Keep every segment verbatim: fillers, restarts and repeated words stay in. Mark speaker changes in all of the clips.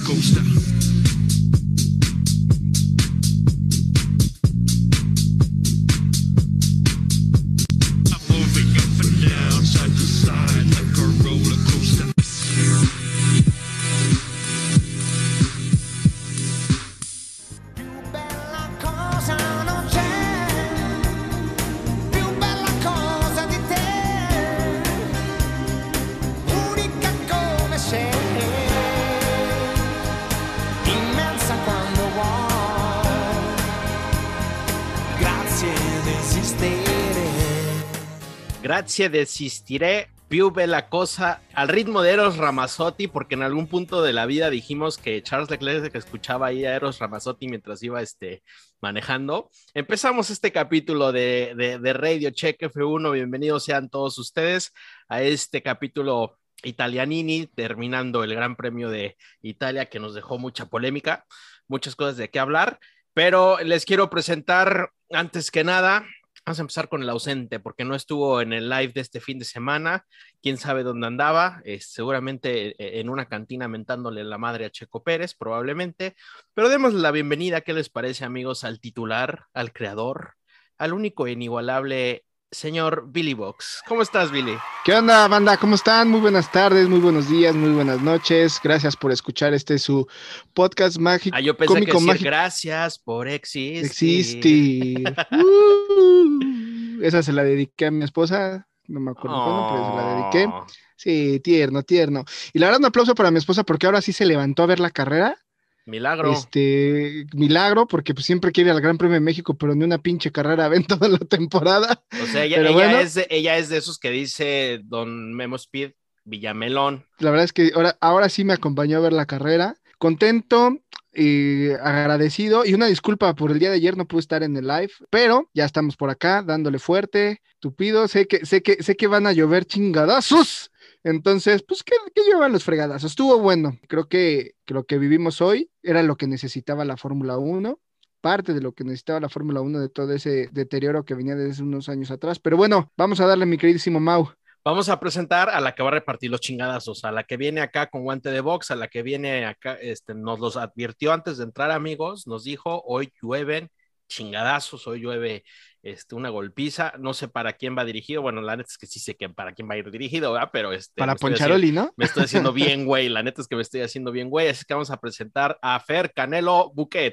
Speaker 1: coaster. I'm moving up and down, side to side, like a roller coaster.
Speaker 2: Grazie desistiré, più bella cosa, al ritmo de Eros Ramazzotti, porque en algún punto de la vida dijimos que Charles Leclerc que escuchaba ahí a Eros Ramazzotti mientras iba este, manejando. Empezamos este capítulo de, de, de Radio Check F uno, bienvenidos sean todos ustedes a este capítulo Italianini, terminando el Gran Premio de Italia que nos dejó mucha polémica, muchas cosas de qué hablar, pero les quiero presentar antes que nada. Vamos a empezar con el ausente, porque no estuvo en el live de este fin de semana. Quién sabe dónde andaba, eh, seguramente en una cantina mentándole la madre a Checo Pérez, probablemente. Pero démosle la bienvenida, ¿qué les parece, amigos? Al titular, al creador, al único e inigualable señor Billy Box. ¿Cómo estás, Billy?
Speaker 3: ¿Qué onda, banda? ¿Cómo están? Muy buenas tardes, muy buenos días, muy buenas noches. Gracias por escuchar este su podcast mágico.
Speaker 2: Ah, yo pensé
Speaker 3: cómico
Speaker 2: que decir
Speaker 3: mágico.
Speaker 2: gracias por existir.
Speaker 3: Existir. Uh, esa se la dediqué a mi esposa. No me acuerdo
Speaker 2: Oh.
Speaker 3: cuándo, pero se la dediqué. Sí, tierno, tierno. Y la verdad, un aplauso para mi esposa porque ahora sí se levantó a ver la carrera.
Speaker 2: Milagro.
Speaker 3: Este, milagro, porque pues siempre quiere ir al Gran Premio de México, pero ni una pinche carrera ven toda la temporada.
Speaker 2: O sea, ella,
Speaker 3: pero
Speaker 2: ella,
Speaker 3: bueno,
Speaker 2: es de, ella es de esos que dice Don Memo Speed, Villamelón.
Speaker 3: La verdad es que ahora, ahora sí me acompañó a ver la carrera. Contento, eh, agradecido y una disculpa por el día de ayer, no pude estar en el live, pero ya estamos por acá dándole fuerte, tupido. Sé que, sé que, sé que van a llover chingadazos. Entonces, pues, ¿qué, qué llevan los fregadazos? Estuvo bueno. Creo que, que lo que vivimos hoy era lo que necesitaba la Fórmula uno, parte de lo que necesitaba la Fórmula uno de todo ese deterioro que venía desde unos años atrás. Pero bueno, vamos a darle, mi queridísimo Mau.
Speaker 2: Vamos a presentar a la que va a repartir los chingadazos, a la que viene acá con guante de box, a la que viene acá, este, nos los advirtió antes de entrar, amigos, nos dijo, hoy llueven chingadazos, hoy llueve este, una golpiza, no sé para quién va dirigido, bueno, la neta es que sí sé que para quién va a ir dirigido, ¿verdad? Pero este...
Speaker 3: Para Poncharoli,
Speaker 2: haciendo,
Speaker 3: ¿no?
Speaker 2: Me estoy haciendo bien, güey, la neta es que me estoy haciendo bien, güey, así que vamos a presentar a Fer Canelo Buquet.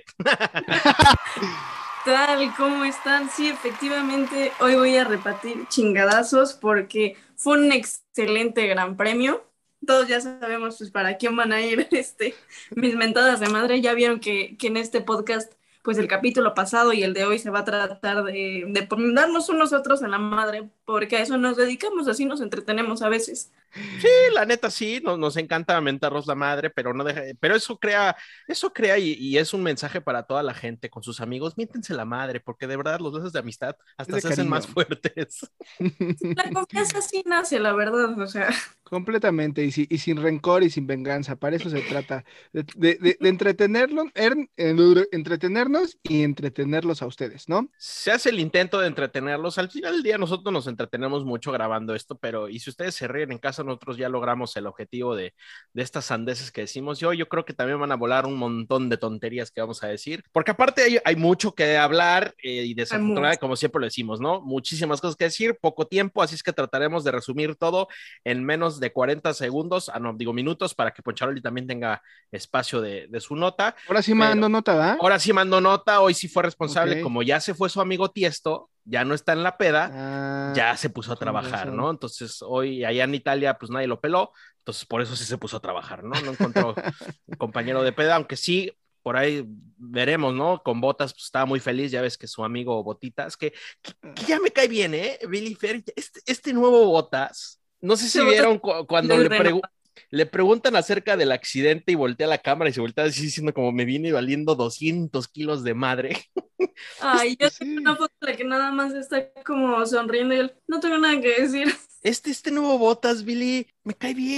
Speaker 4: Tal, ¿cómo están? Sí, efectivamente, hoy voy a repartir chingadazos porque fue un excelente gran premio. Todos ya sabemos pues para quién van a ir este, mis mentadas de madre. Ya vieron que, que en este podcast, pues el capítulo pasado y el de hoy se va a tratar de, de darnos unos otros en la madre, porque a eso nos dedicamos, así nos entretenemos a veces.
Speaker 2: Sí, la neta sí, nos, nos encanta mentarnos la madre, pero no deja, pero eso crea, eso crea y, y es un mensaje para toda la gente con sus amigos, miéntense la madre, porque de verdad los lazos de amistad hasta
Speaker 3: de
Speaker 2: se hacen
Speaker 3: cariño.
Speaker 2: más fuertes.
Speaker 4: La confianza sí nace, la verdad, o sea.
Speaker 3: Completamente, y, si, y sin rencor y sin venganza, para eso se trata, de, de, de, de entretenerlo, er, entretenernos y entretenerlos a ustedes, ¿no?
Speaker 2: Se hace el intento de entretenerlos, al final del día nosotros nos entretenemos mucho grabando esto, pero y si ustedes se ríen en casa, nosotros ya logramos el objetivo de, de estas sandeces que decimos. Yo, yo creo que también van a volar un montón de tonterías que vamos a decir, porque aparte hay, hay mucho que hablar eh, y desafortunadamente, como siempre lo decimos, ¿no? Muchísimas cosas que decir, poco tiempo, así es que trataremos de resumir todo en menos de cuarenta segundos, ah, no, digo minutos, para que Poncharoli también tenga espacio de, de su nota.
Speaker 3: Ahora sí mando nota, ¿verdad?
Speaker 2: Ahora sí mando nota, hoy sí fue responsable,
Speaker 3: Okay.
Speaker 2: como ya se fue su amigo Tiesto, ya no está en la peda,
Speaker 3: ah,
Speaker 2: ya se puso a trabajar, ¿no? Entonces hoy allá en Italia pues nadie lo peló, entonces por eso sí se puso a trabajar, ¿no? No encontró un compañero de peda, aunque sí, por ahí veremos, ¿no? Con Botas pues estaba muy feliz, ya ves que su amigo Botitas, que, que, que ya me cae bien, ¿eh? Billy Fer, este, este nuevo Botas, no sé si
Speaker 4: Se
Speaker 2: vieron cu cuando le, pregu
Speaker 4: reno.
Speaker 2: le preguntan acerca del accidente y voltea la cámara y se voltea así diciendo como me viene valiendo doscientos kilos de madre.
Speaker 4: Ay, yo
Speaker 3: Sí.
Speaker 4: tengo una foto de que nada más está como sonriendo y él, no tengo nada que decir.
Speaker 2: Este, este nuevo Botas, Billy, me cae bien.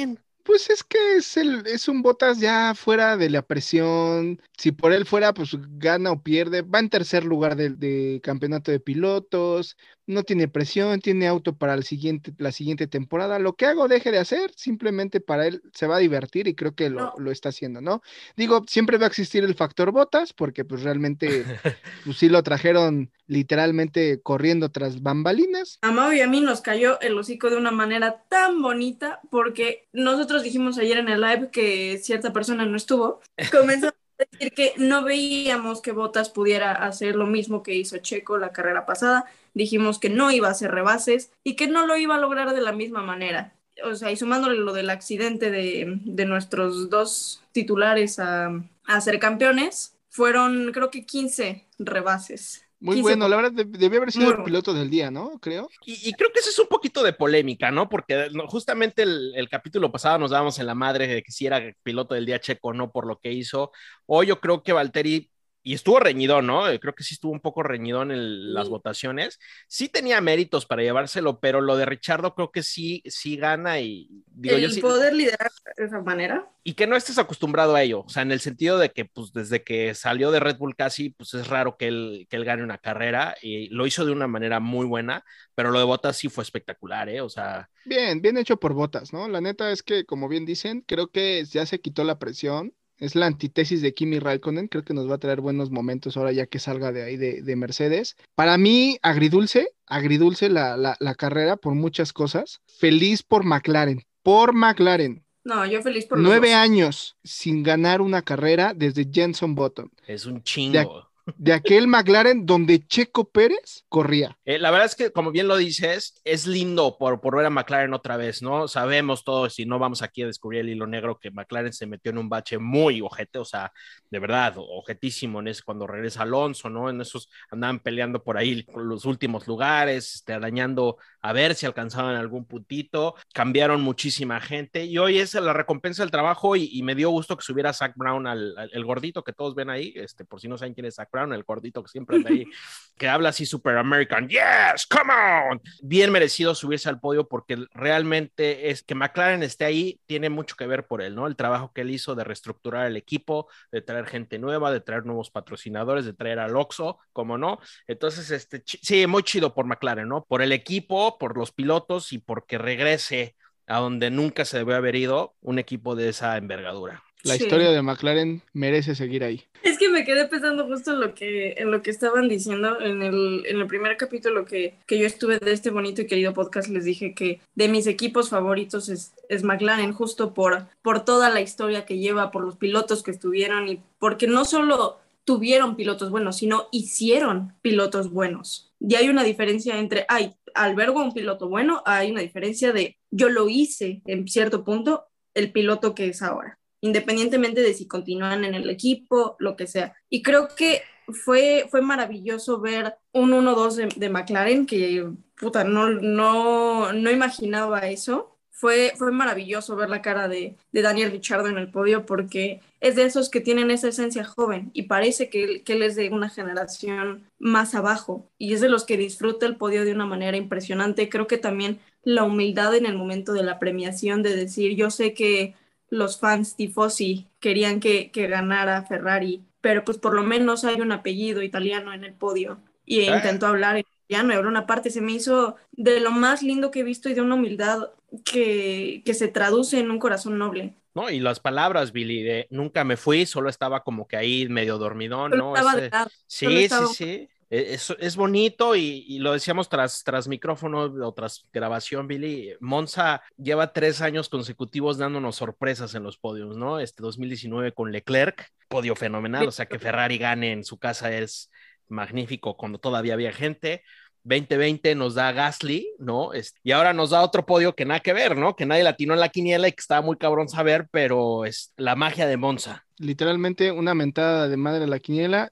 Speaker 3: Pues es que es, el, es un Bottas ya fuera de la presión. Si por él fuera, pues gana o pierde. Va en tercer lugar de, de campeonato de pilotos. No tiene presión, tiene auto para el siguiente, la siguiente temporada. Lo que hago, deje de hacer, simplemente para él se va a divertir y creo que lo,
Speaker 4: No,
Speaker 3: lo está haciendo, ¿no? Digo, siempre va a existir el factor Bottas, porque pues realmente, pues sí lo trajeron literalmente corriendo tras bambalinas.
Speaker 4: a Mau y a mí nos cayó el hocico de una manera tan bonita porque nosotros dijimos ayer en el live que cierta persona no estuvo. Comenzamos a decir que no veíamos que Bottas pudiera hacer lo mismo que hizo Checo la carrera pasada. Dijimos que no iba a hacer rebases y que no lo iba a lograr de la misma manera. O sea, y sumándole lo del accidente de, de nuestros dos titulares a, a ser campeones, fueron creo que quince rebases.
Speaker 3: Muy
Speaker 4: quince
Speaker 3: bueno, la verdad de- debió haber sido
Speaker 4: muy
Speaker 3: el
Speaker 4: bueno.
Speaker 3: piloto del día, ¿no? Creo.
Speaker 2: Y, y creo que eso es un poquito de polémica, ¿no? Porque no, justamente el, el capítulo pasado nos dábamos en la madre de que si era piloto del día Checo o no por lo que hizo. Hoy yo creo que Valtteri, y estuvo reñidón, ¿no? Creo que sí estuvo un poco reñidón en las
Speaker 4: Sí.
Speaker 2: votaciones. Sí tenía méritos para llevárselo, pero lo de Richardo creo que sí, sí gana y digo yo
Speaker 4: El
Speaker 2: sí.
Speaker 4: poder liderar de esa manera.
Speaker 2: Y que no estés acostumbrado a ello, o sea, en el sentido de que pues desde que salió de Red Bull casi, pues es raro que él, que él gane una carrera y lo hizo de una manera muy buena, pero lo de Bottas sí fue espectacular, ¿eh? O sea,
Speaker 3: Bien, bien hecho por Bottas, ¿no? La neta es que, como bien dicen, creo que ya se quitó la presión. Es la antítesis de Kimi Raikkonen. Creo que nos va a traer buenos momentos ahora ya que salga de ahí de, de Mercedes. Para mí, agridulce, agridulce la, la, la carrera por muchas cosas. Feliz por McLaren, por McLaren.
Speaker 4: No, yo feliz por los
Speaker 3: Nueve
Speaker 4: dos.
Speaker 3: años sin ganar una carrera desde Jenson Button.
Speaker 2: es un
Speaker 3: De,
Speaker 2: chingo.
Speaker 3: de aquel McLaren donde Checo Pérez corría.
Speaker 2: Eh, la verdad es que, como bien lo dices, es lindo por, por ver a McLaren otra vez, ¿no? Sabemos todos, y no vamos aquí a descubrir el hilo negro, que McLaren se metió en un bache muy ojete, o sea, de verdad, ojetísimo en ese, cuando regresa Alonso, ¿no? En esos andaban peleando por ahí los últimos lugares, este, arañando a ver si alcanzaban algún puntito, cambiaron muchísima gente, y hoy es la recompensa del trabajo, y, y me dio gusto que subiera Zach Brown, al, al el gordito que todos ven ahí, este, por si no saben quién es Zach Brown, el gordito que siempre anda ahí, que habla así super American, yes, come on, bien merecido subirse al podio porque realmente es que McLaren esté ahí, tiene mucho que ver por él, ¿no? El trabajo que él hizo de reestructurar el equipo, de traer gente nueva, de traer nuevos patrocinadores, de traer al Oxxo, como no, entonces, este, sí, muy chido por McLaren, ¿no? Por el equipo, por los pilotos y porque regrese a donde nunca se debe haber ido un equipo de esa envergadura.
Speaker 3: La
Speaker 4: Sí.
Speaker 3: historia de McLaren merece seguir ahí.
Speaker 4: Es que me quedé pensando justo en lo que, en lo que estaban diciendo en el, en el primer capítulo que, que yo estuve de este bonito y querido podcast. Les dije que de mis equipos favoritos es, es McLaren, justo por, por toda la historia que lleva, por los pilotos que estuvieron y porque no solo tuvieron pilotos buenos, sino hicieron pilotos buenos. Y hay una diferencia entre, ay, albergo un piloto bueno, hay una diferencia de yo lo hice en cierto punto, el piloto que es ahora, independientemente de si continúan en el equipo, lo que sea. Y creo que fue, fue maravilloso ver un uno dos de, de McLaren, que puta, no, no, no imaginaba eso. Fue, fue maravilloso ver la cara de, de Daniel Ricciardo en el podio porque es de esos que tienen esa esencia joven y parece que él, que él es de una generación más abajo y es de los que disfruta el podio de una manera impresionante. Creo que también la humildad en el momento de la premiación de decir, yo sé que los fans tifosi querían que, que ganara Ferrari, pero pues por lo menos hay un apellido italiano en el podio y
Speaker 2: Ah.
Speaker 4: intentó hablar en italiano y habló una parte, se me hizo de lo más lindo que he visto y de una humildad que, que se traduce en un corazón noble.
Speaker 2: No, y las palabras, Billy, de nunca me fui, solo estaba como que ahí medio dormidón,
Speaker 4: Solo
Speaker 2: ¿no?
Speaker 4: estaba
Speaker 2: Ese-
Speaker 4: de lado, solo
Speaker 2: sí, sí,
Speaker 4: estaba-
Speaker 2: sí. E- Es, es bonito y, y lo decíamos tras, tras micrófono o tras grabación, Billy. Monza lleva tres años consecutivos dándonos sorpresas en los podios, ¿no? Este dos mil diecinueve con Leclerc, podio fenomenal, o sea que Ferrari gane en su casa es magnífico cuando todavía había gente. veinte veinte nos da Gasly, ¿no? Este, y ahora nos da otro podio que nada que ver, ¿no? Que nadie latinó en la quiniela y que estaba muy cabrón saber, pero es la magia de Monza.
Speaker 3: Literalmente una mentada de madre a la quiniela.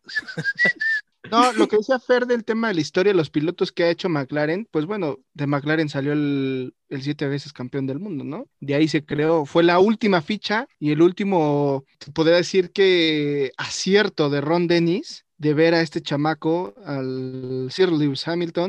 Speaker 3: No, lo que decía Fer del tema de la historia de los pilotos que ha hecho McLaren, pues bueno, de McLaren salió el, el siete veces campeón del mundo, ¿no? De ahí se creó, fue la última ficha y el último, se podría decir que acierto de Ron Dennis, de ver a este chamaco, al Sir Lewis Hamilton,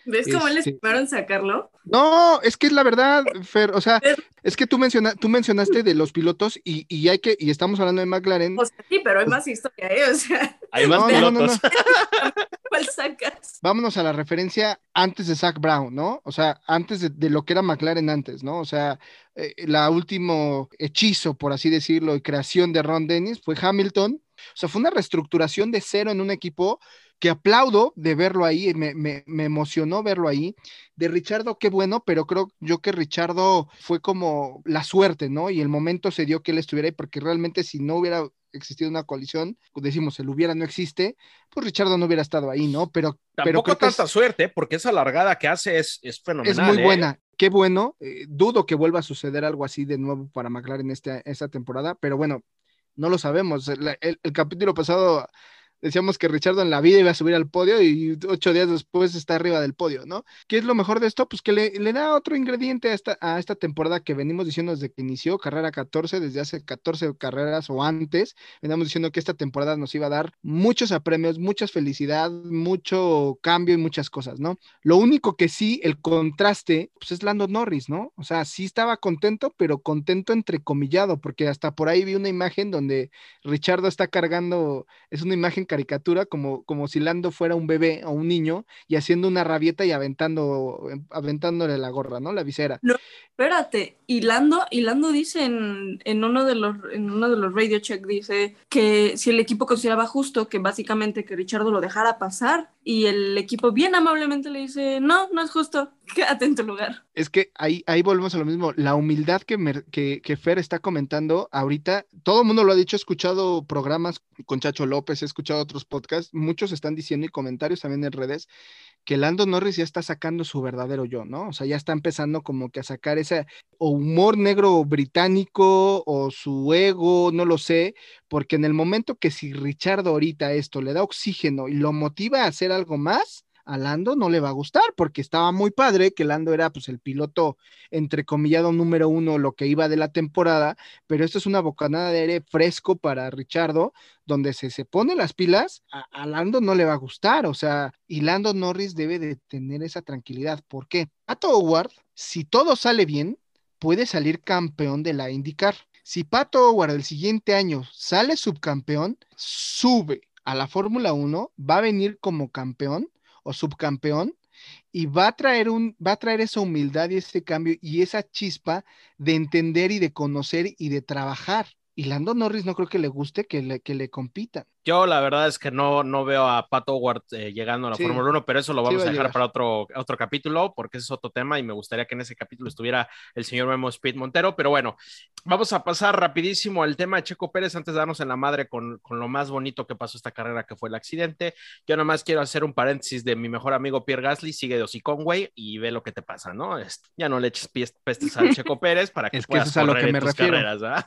Speaker 4: ¿Ves cómo les
Speaker 3: Este,
Speaker 4: primero en sacarlo?
Speaker 3: No, es que es la verdad, Fer, o sea, es que tú, menciona, tú mencionaste de los pilotos y, y hay que, y estamos hablando de McLaren.
Speaker 4: O sea, sí, pero hay
Speaker 3: Pues,
Speaker 4: más historia, ¿eh? O sea,
Speaker 2: Hay más
Speaker 3: no, no, no, no,
Speaker 2: pilotos.
Speaker 3: no.
Speaker 4: ¿cuál sacas?
Speaker 3: Vámonos a la referencia antes de Zach Brown, ¿no? O sea, antes de, de lo que era McLaren antes, ¿no? O sea, eh, la último hechizo, por así decirlo, y creación de Ron Dennis fue Hamilton. O sea, fue una reestructuración de cero en un equipo que aplaudo de verlo ahí, me, me, me emocionó verlo ahí. De Richardo, qué bueno, pero creo yo que Richardo fue como la suerte, ¿no? Y el momento se dio que él estuviera ahí, porque realmente si no hubiera existido una colisión, pues decimos, el hubiera no existe, pues Richardo no hubiera estado ahí, ¿no? Pero, pero
Speaker 2: Tampoco
Speaker 3: creo que
Speaker 2: tanta
Speaker 3: es,
Speaker 2: suerte, porque esa largada que hace es, es
Speaker 3: es muy
Speaker 2: fenomenal, ¿eh?
Speaker 3: buena. Qué bueno, eh, dudo que vuelva a suceder algo así de nuevo para McLaren esta, esta temporada, pero bueno, no lo sabemos. El, el, el capítulo pasado decíamos que Richardo en la vida iba a subir al podio y ocho días después está arriba del podio, ¿no? ¿Qué es lo mejor de esto? Pues que le, le da otro ingrediente a esta, a esta temporada que venimos diciendo desde que inició carrera catorce, desde hace catorce carreras o antes, veníamos diciendo que esta temporada nos iba a dar muchos apremios, mucha felicidad, mucho cambio y muchas cosas, ¿no? Lo único que sí, el contraste, pues es Lando Norris, ¿no? O sea, sí estaba contento, pero contento entrecomillado, porque hasta por ahí vi una imagen donde Richardo está cargando, es una imagen caricatura, como, como si Lando fuera un bebé o un niño y haciendo una rabieta y aventando, aventándole la gorra, ¿no? La visera.
Speaker 4: No, espérate, y Lando, y Lando dice en, en uno de los en uno de los radio check, dice que si el equipo consideraba justo que básicamente que Richardo lo dejara pasar, y el equipo bien amablemente le dice, no, no es justo, quédate en tu lugar.
Speaker 3: Es que ahí, ahí volvemos a lo mismo, la humildad que, me, que, que Fer está comentando ahorita, todo el mundo lo ha dicho, he escuchado programas con Chacho López, he escuchado otros podcasts, muchos están diciendo y comentarios también en redes, que Lando Norris ya está sacando su verdadero yo, ¿no? O sea, ya está empezando como que a sacar ese o humor negro británico o su ego, no lo sé, porque en el momento que si Richardo ahorita esto le da oxígeno y lo motiva a hacer algo más, a Lando no le va a gustar, porque estaba muy padre que Lando era pues el piloto entrecomillado número uno, lo que iba de la temporada, pero esto es una bocanada de aire fresco para Richardo, donde se, se pone las pilas, a, a Lando no le va a gustar, o sea, y Lando Norris debe de tener esa tranquilidad. ¿Por qué? Pato Howard, si todo sale bien, puede salir campeón de la IndyCar. Si Pato Howard el siguiente año sale subcampeón, sube a la Fórmula uno, va a venir como campeón o subcampeón y va a traer un, va a traer esa humildad y ese cambio y esa chispa de entender y de conocer y de trabajar. Y Lando Norris no creo que le guste que le, que le compitan.
Speaker 2: Yo la verdad es que no, no veo a Pato Howard eh, llegando a la
Speaker 3: Sí,
Speaker 2: Fórmula uno, pero eso lo
Speaker 3: sí
Speaker 2: vamos
Speaker 3: va
Speaker 2: a
Speaker 3: a
Speaker 2: dejar
Speaker 3: llegar.
Speaker 2: para otro, otro capítulo, porque ese es otro tema y me gustaría que en ese capítulo estuviera el señor Memo Speed Montero, pero bueno, vamos a pasar rapidísimo al tema de Checo Pérez antes de darnos en la madre con, con lo más bonito que pasó esta carrera, que fue el accidente. Yo nomás quiero hacer un paréntesis de mi mejor amigo Pierre Gasly, sigue de hocicón, güey, y ve lo que te pasa, ¿no? Es, ya no le eches pestes al Checo Pérez para que
Speaker 3: Es que eso
Speaker 2: puedas
Speaker 3: es a lo
Speaker 2: correr
Speaker 3: que
Speaker 2: en
Speaker 3: me
Speaker 2: tus
Speaker 3: refiero.
Speaker 2: carreras, ¿verdad?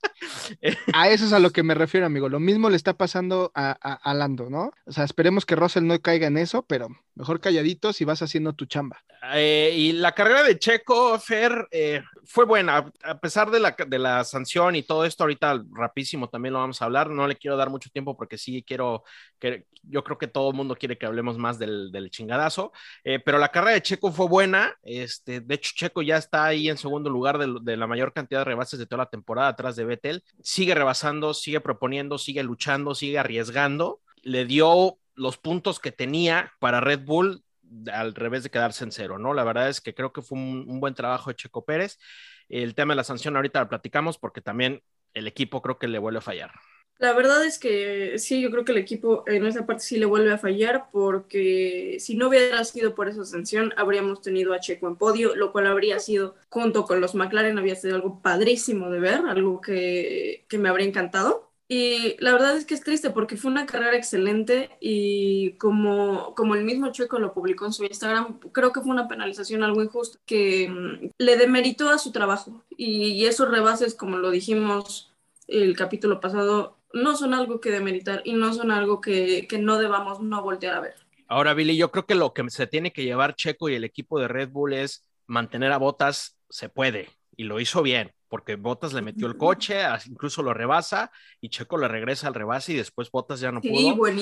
Speaker 3: A eso es a lo que me refiero, amigo. Lo mismo le está pasando a, a, a Lando, ¿no? O sea, esperemos que Russell no caiga en eso, pero mejor calladitos y vas haciendo tu chamba.
Speaker 2: Eh, y la carrera de Checo, Fer, eh, fue buena, a pesar de la, de la sanción y todo esto, ahorita rapidísimo también lo vamos a hablar, no le quiero dar mucho tiempo porque sí quiero, que yo creo que todo el mundo quiere que hablemos más del, del chingadazo, eh, pero la carrera de Checo fue buena, este, de hecho Checo ya está ahí en segundo lugar de, de la mayor cantidad de rebases de toda la temporada atrás de Vettel, sigue rebasando, sigue proponiendo, sigue luchando, sigue arriesgando, le dio los puntos que tenía para Red Bull al revés de quedarse en cero, ¿no? La verdad es que creo que fue un, un buen trabajo de Checo Pérez. El tema de la sanción ahorita lo platicamos porque también el equipo creo que le vuelve a fallar.
Speaker 4: La verdad es que sí, yo creo que el equipo en esa parte sí le vuelve a fallar, porque si no hubiera sido por esa sanción, habríamos tenido a Checo en podio, lo cual habría sido, junto con los McLaren, había sido algo padrísimo de ver, algo que, que me habría encantado. Y la verdad es que es triste porque fue una carrera excelente y como, como el mismo Checo lo publicó en su Instagram, creo que fue una penalización algo injusta que um, le demeritó a su trabajo. Y, y esos rebases, como lo dijimos el capítulo pasado, no son algo que demeritar y no son algo que, que no debamos no voltear a ver.
Speaker 2: Ahora, Billy, yo creo que lo que se tiene que llevar Checo y el equipo de Red Bull es mantener a Bottas, se puede, y lo hizo bien, porque Bottas le metió el coche, incluso lo rebasa, y Checo le regresa al rebase y después Bottas ya no
Speaker 4: Sí,
Speaker 2: pudo.
Speaker 4: buenísimo.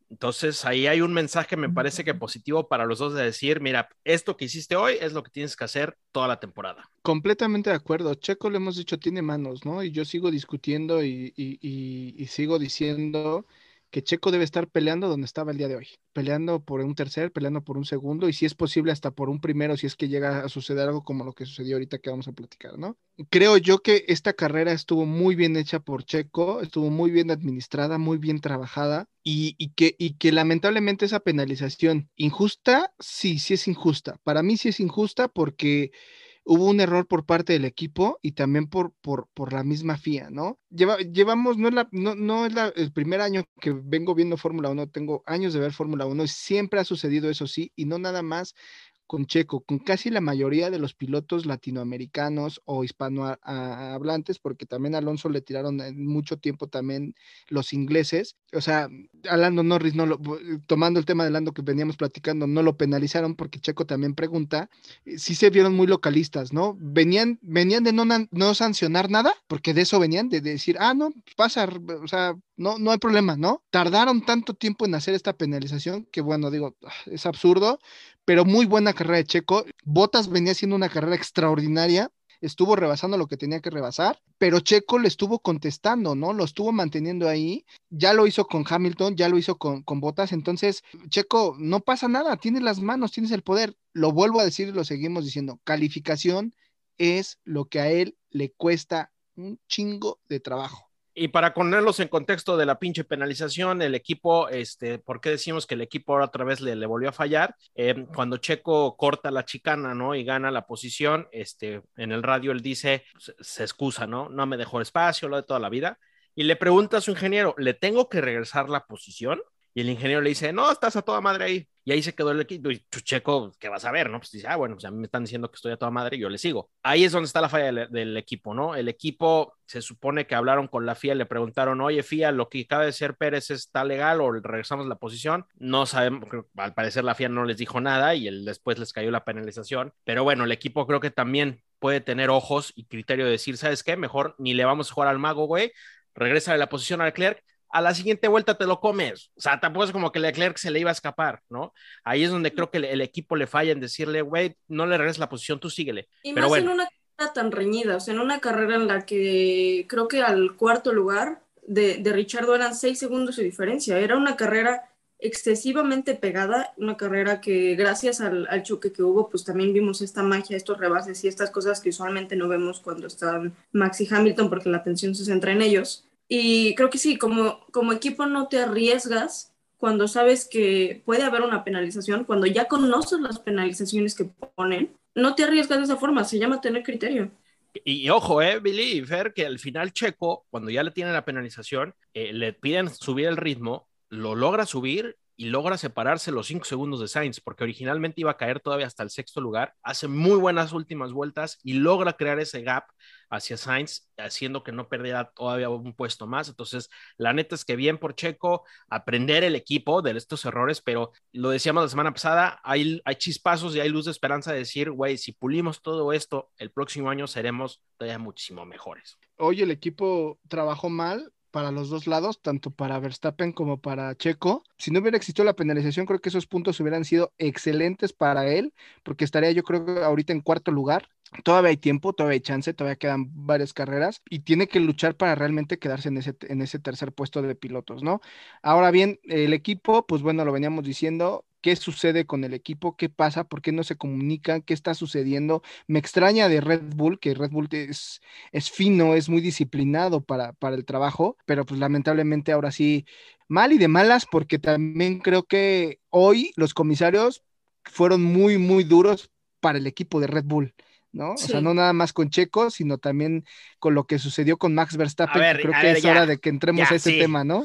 Speaker 2: Entonces ahí hay un mensaje, me parece que positivo para los dos de decir, mira, esto que hiciste hoy es lo que tienes que hacer toda la temporada.
Speaker 3: Completamente de acuerdo. Checo, le hemos dicho, tiene manos, ¿no? Y yo sigo discutiendo y, y, y, y sigo diciendo que Checo debe estar peleando donde estaba el día de hoy, peleando por un tercer, peleando por un segundo y si es posible hasta por un primero, si es que llega a suceder algo como lo que sucedió ahorita que vamos a platicar, ¿no? Creo yo que esta carrera estuvo muy bien hecha por Checo, estuvo muy bien administrada, muy bien trabajada y, y, que, y que lamentablemente esa penalización injusta, sí, sí es injusta. Para mí sí es injusta porque hubo un error por parte del equipo y también por, por, por la misma F I A, ¿no? Lleva, llevamos, no es, la, no, no es la, el primer año que vengo viendo Fórmula uno, tengo años de ver Fórmula uno y siempre ha sucedido eso, sí, y no nada más con Checo, con casi la mayoría de los pilotos latinoamericanos o hispanohablantes, porque también a Alonso le tiraron en mucho tiempo también los ingleses, o sea, a Lando Norris, no lo, tomando el tema de Lando que veníamos platicando, no lo penalizaron porque Checo también pregunta, sí se vieron muy localistas, ¿no? Venían, venían de no, no sancionar nada, porque de eso venían, de, de decir, ah, no, pasa, o sea, no, no hay problema, ¿no? Tardaron tanto tiempo en hacer esta penalización que, bueno, digo, es absurdo, pero muy buena carrera de Checo. Bottas venía haciendo una carrera extraordinaria, estuvo rebasando lo que tenía que rebasar, pero Checo le estuvo contestando, ¿no? Lo estuvo manteniendo ahí, ya lo hizo con Hamilton, ya lo hizo con, con Bottas, entonces, Checo, no pasa nada, tienes las manos, tienes el poder, lo vuelvo a decir y lo seguimos diciendo, calificación es lo que a él le cuesta un chingo de trabajo.
Speaker 2: Y para ponerlos en contexto de la pinche penalización, el equipo, este, ¿por qué decimos que el equipo ahora otra vez le, le volvió a fallar? Eh, cuando Checo corta la chicana, ¿no? Y gana la posición, este, en el radio él dice, se, se excusa, ¿no? No me dejó espacio, lo de toda la vida. Y le pregunta a su ingeniero, ¿le tengo que regresar la posición? Y el ingeniero le dice, no, estás a toda madre ahí. Y ahí se quedó el equipo. Y Checo, ¿qué vas a ver? ¿No? Pues dice, ah, bueno, pues a mí me están diciendo que estoy a toda madre y yo le sigo. Ahí es donde está la falla del, del equipo, ¿no? El equipo se supone que hablaron con la F I A, le preguntaron, oye, F I A, ¿lo que acaba de ser Pérez está legal o regresamos la posición? No sabemos, al parecer la F I A no les dijo nada y el, después les cayó la penalización. Pero bueno, el equipo creo que también puede tener ojos y criterio de decir, ¿sabes qué? Mejor ni le vamos a jugar al mago, güey. Regresa de la posición a Leclerc. A la siguiente vuelta te lo comes. O sea, tampoco es como que Leclerc se le iba a escapar, ¿no? Ahí es donde creo que el, el equipo le falla en decirle, güey, no le regreses la posición, tú síguele.
Speaker 4: Y
Speaker 2: Pero
Speaker 4: más
Speaker 2: bueno.
Speaker 4: en una carrera tan reñida, o sea, en una carrera en la que creo que al cuarto lugar de, de Richardo eran seis segundos de diferencia. Era una carrera excesivamente pegada, una carrera que gracias al, al choque que hubo, pues también vimos esta magia, estos rebases y estas cosas que usualmente no vemos cuando están Max y Hamilton porque la atención se centra en ellos. Y creo que sí, como, como equipo no te arriesgas cuando sabes que puede haber una penalización, cuando ya conoces las penalizaciones que ponen, no te arriesgas de esa forma, se llama tener criterio.
Speaker 2: Y, y ojo, eh, Billy y Fer, que al final Checo, cuando ya le tienen la penalización, eh, le piden subir el ritmo, lo logra subir y logra separarse los cinco segundos de Sainz, porque originalmente iba a caer todavía hasta el sexto lugar, hace muy buenas últimas vueltas y logra crear ese gap hacia Sainz, haciendo que no perdiera todavía un puesto más. Entonces, la neta es que bien por Checo, aprender el equipo de estos errores, pero lo decíamos la semana pasada, hay, hay chispazos y hay luz de esperanza de decir, güey, si pulimos todo esto, el próximo año seremos todavía muchísimo mejores.
Speaker 3: Hoy el equipo trabajó mal para los dos lados, tanto para Verstappen como para Checo. Si no hubiera existido la penalización, creo que esos puntos hubieran sido excelentes para él, porque estaría yo creo que ahorita en cuarto lugar. Todavía hay tiempo, todavía hay chance, todavía quedan varias carreras y tiene que luchar para realmente quedarse en ese, en ese tercer puesto de pilotos, ¿no? Ahora bien, el equipo, pues bueno, lo veníamos diciendo, ¿qué sucede con el equipo? ¿Qué pasa? ¿Por qué no se comunican? ¿Qué está sucediendo? Me extraña de Red Bull, que Red Bull es, es fino, es muy disciplinado para, para el trabajo, pero pues lamentablemente ahora sí, mal y de malas, porque también creo que hoy los comisarios fueron muy, muy duros para el equipo de Red Bull, ¿no?
Speaker 4: Sí.
Speaker 3: O sea, no nada más con Checo, sino también con lo que sucedió con Max Verstappen,
Speaker 2: A ver,
Speaker 3: que creo
Speaker 2: a
Speaker 3: que
Speaker 2: ver,
Speaker 3: es
Speaker 2: ya,
Speaker 3: hora de que entremos
Speaker 2: ya,
Speaker 3: a ese
Speaker 2: sí.
Speaker 3: tema, ¿no?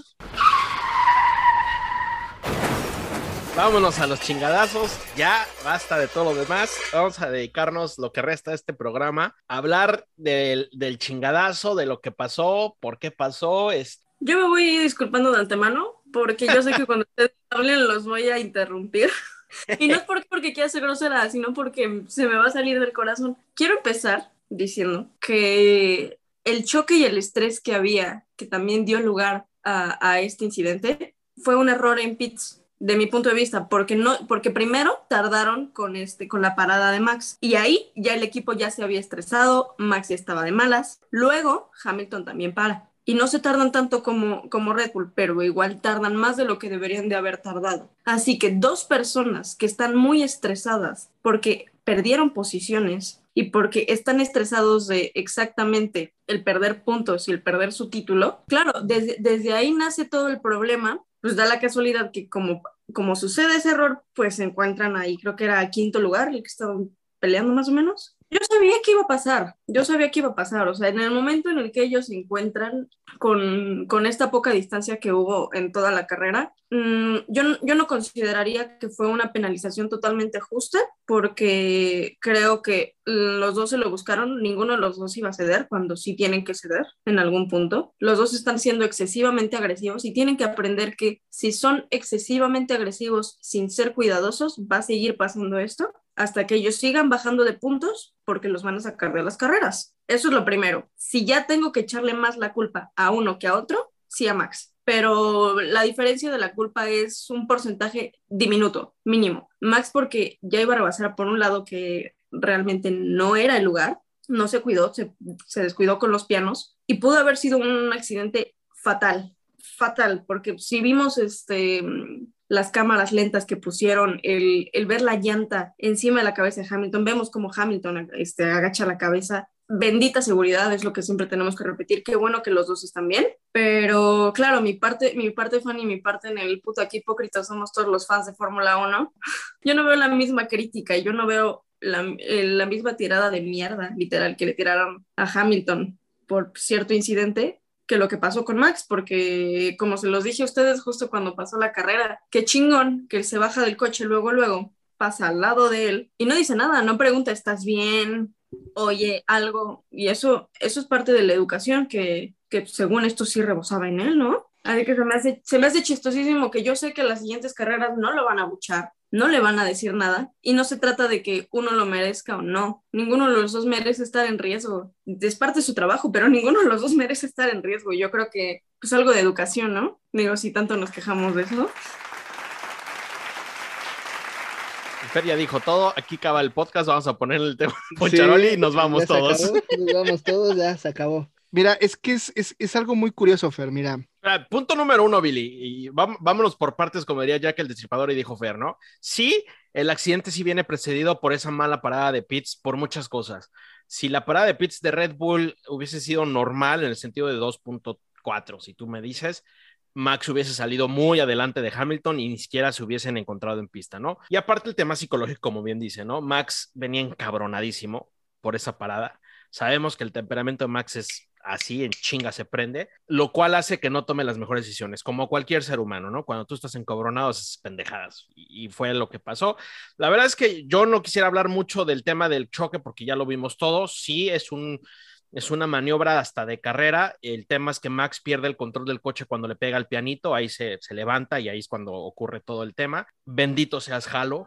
Speaker 2: Vámonos a los chingadazos, ya basta de todo lo demás, vamos a dedicarnos lo que resta de este programa, a hablar del, del chingadazo, de lo que pasó, por qué pasó, es...
Speaker 4: Yo me voy a ir disculpando de antemano, porque yo sé que cuando ustedes hablen los voy a interrumpir. Y no es porque, porque quiera ser grosera, sino porque se me va a salir del corazón. Quiero empezar diciendo que el choque y el estrés que había, que también dio lugar a, a este incidente, fue un error en pits, de mi punto de vista, porque no, porque primero tardaron con este, con la parada de Max, y ahí ya el equipo ya se había estresado, Max ya estaba de malas, luego Hamilton también para, y no se tardan tanto como, como Red Bull, pero igual tardan más de lo que deberían de haber tardado. Así que dos personas que están muy estresadas porque perdieron posiciones y porque están estresados de exactamente el perder puntos y el perder su título, claro, desde, desde ahí nace todo el problema. Pues da la casualidad que como, como sucede ese error, pues se encuentran ahí, creo que era a quinto lugar, el que estaban peleando más o menos. Yo sabía que iba a pasar, yo sabía que iba a pasar, o sea, en el momento en el que ellos se encuentran con, con esta poca distancia que hubo en toda la carrera, mmm, yo, yo no consideraría que fue una penalización totalmente justa, porque creo que los dos se lo buscaron, ninguno de los dos iba a ceder cuando sí tienen que ceder en algún punto. Los dos están siendo excesivamente agresivos y tienen que aprender que si son excesivamente agresivos sin ser cuidadosos, va a seguir pasando esto hasta que ellos sigan bajando de puntos porque los van a sacar de las carreras. Eso es lo primero. Si ya tengo que echarle más la culpa a uno que a otro, sí a Max. Pero la diferencia de la culpa es un porcentaje diminuto, mínimo. Max porque ya iba a rebasar por un lado que realmente no era el lugar, no se cuidó, se, se descuidó con los pianos y pudo haber sido un accidente fatal, fatal, porque si vimos este... las cámaras lentas que pusieron, el, el ver la llanta encima de la cabeza de Hamilton, vemos como Hamilton este, agacha la cabeza, bendita seguridad, es lo que siempre tenemos que repetir, qué bueno que los dos están bien, pero claro, mi parte, mi parte fan y mi parte en el puto aquí hipócrita somos todos los fans de Fórmula uno, yo no veo la misma crítica, yo no veo la, la misma tirada de mierda, literal, que le tiraron a Hamilton por cierto incidente, que lo que pasó con Max, porque como se los dije a ustedes justo cuando pasó la carrera, qué chingón que él se baja del coche luego, luego, pasa al lado de él y no dice nada, no pregunta, ¿estás bien? Oye, algo, y eso, eso es parte de la educación que, que según esto sí rebosaba en él, ¿no? Así que se me hace, se me hace chistosísimo que yo sé que las siguientes carreras no lo van a buchar, no le van a decir nada, y no se trata de que uno lo merezca o no. Ninguno de los dos merece estar en riesgo. Es parte de su trabajo, pero ninguno de los dos merece estar en riesgo. Yo creo que pues algo de educación, ¿no? Digo, si tanto nos quejamos de eso.
Speaker 2: Fer ya dijo todo, aquí acaba el podcast, vamos a poner el tema de Poncharoli sí, y nos vamos todos.
Speaker 3: Acabó, nos vamos todos, ya se acabó. Mira, es que es, es, es algo muy curioso, Fer, mira.
Speaker 2: Punto número uno, Billy, y vámonos por partes, como diría Jack el Destripador y dijo Fer, ¿no? Sí, el accidente sí viene precedido por esa mala parada de pits, por muchas cosas. Si la parada de pits de Red Bull hubiese sido normal en el sentido de dos punto cuatro, si tú me dices, Max hubiese salido muy adelante de Hamilton y ni siquiera se hubiesen encontrado en pista, ¿no? Y aparte el tema psicológico, como bien dice, ¿no? Max venía encabronadísimo por esa parada. Sabemos que el temperamento de Max es así, en chinga se prende, lo cual hace que no tome las mejores decisiones, como cualquier ser humano, ¿no? Cuando tú estás encabronado, haces pendejadas, y fue lo que pasó. La verdad es que yo no quisiera hablar mucho del tema del choque, porque ya lo vimos todo. Sí, es un... es una maniobra hasta de carrera. El tema es que Max pierde el control del coche cuando le pega el pianito, ahí se, se levanta y ahí es cuando ocurre todo el tema. Bendito seas Halo.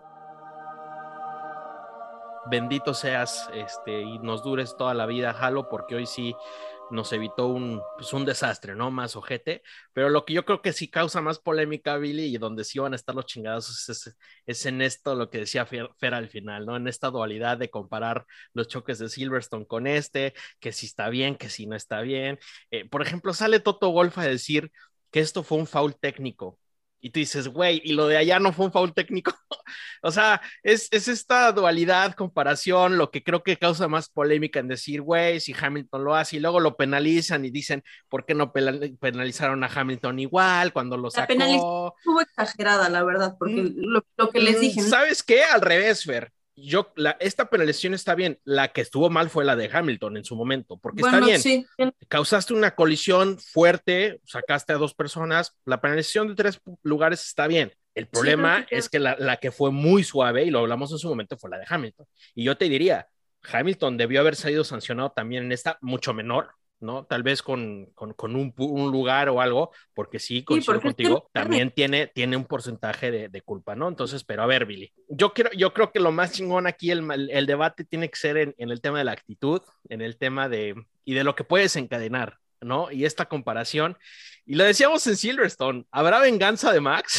Speaker 2: Bendito seas este, y nos dures toda la vida, Halo, porque hoy sí nos evitó un, pues un desastre, ¿no? Más ojete. Pero lo que yo creo que sí causa más polémica, Billy, y donde sí van a estar los chingados es, es en esto, lo que decía Fer, Fer al final, ¿no? En esta dualidad de comparar los choques de Silverstone con este, que si está bien, que si no está bien. Eh, por ejemplo, sale Toto Wolff a decir que esto fue un foul técnico. Y tú dices, güey, y lo de allá no fue un foul técnico. O sea, es, es esta dualidad, comparación, lo que creo que causa más polémica en decir, güey, si Hamilton lo hace y luego lo penalizan y dicen, ¿por qué no penalizaron a Hamilton igual cuando lo sacó?
Speaker 4: La penalización estuvo exagerada, la verdad, porque mm, lo, lo que les dije.
Speaker 2: ¿Sabes qué? Al revés, Fer. Yo, la, esta penalización está bien. La que estuvo mal fue la de Hamilton en su momento, porque bueno, está bien. Sí. Causaste una colisión fuerte, sacaste a dos personas. La penalización de tres lugares está bien. El problema sí, es que la, la que fue muy suave, y lo hablamos en su momento, fue la de Hamilton. Y yo te diría, Hamilton debió haber sido sancionado también en esta, mucho menor, ¿no? Tal vez con, con, con un, un lugar o algo, porque sí, coincido sí, contigo, también tiene, tiene un porcentaje de, de culpa, ¿no? Entonces, pero a ver, Billy, yo, quiero, yo creo que lo más chingón aquí, el, el, el debate tiene que ser en, en el tema de la actitud, en el tema de, y de lo que puede desencadenar ¿no? Y esta comparación. Y lo decíamos en Silverstone, ¿habrá venganza de Max?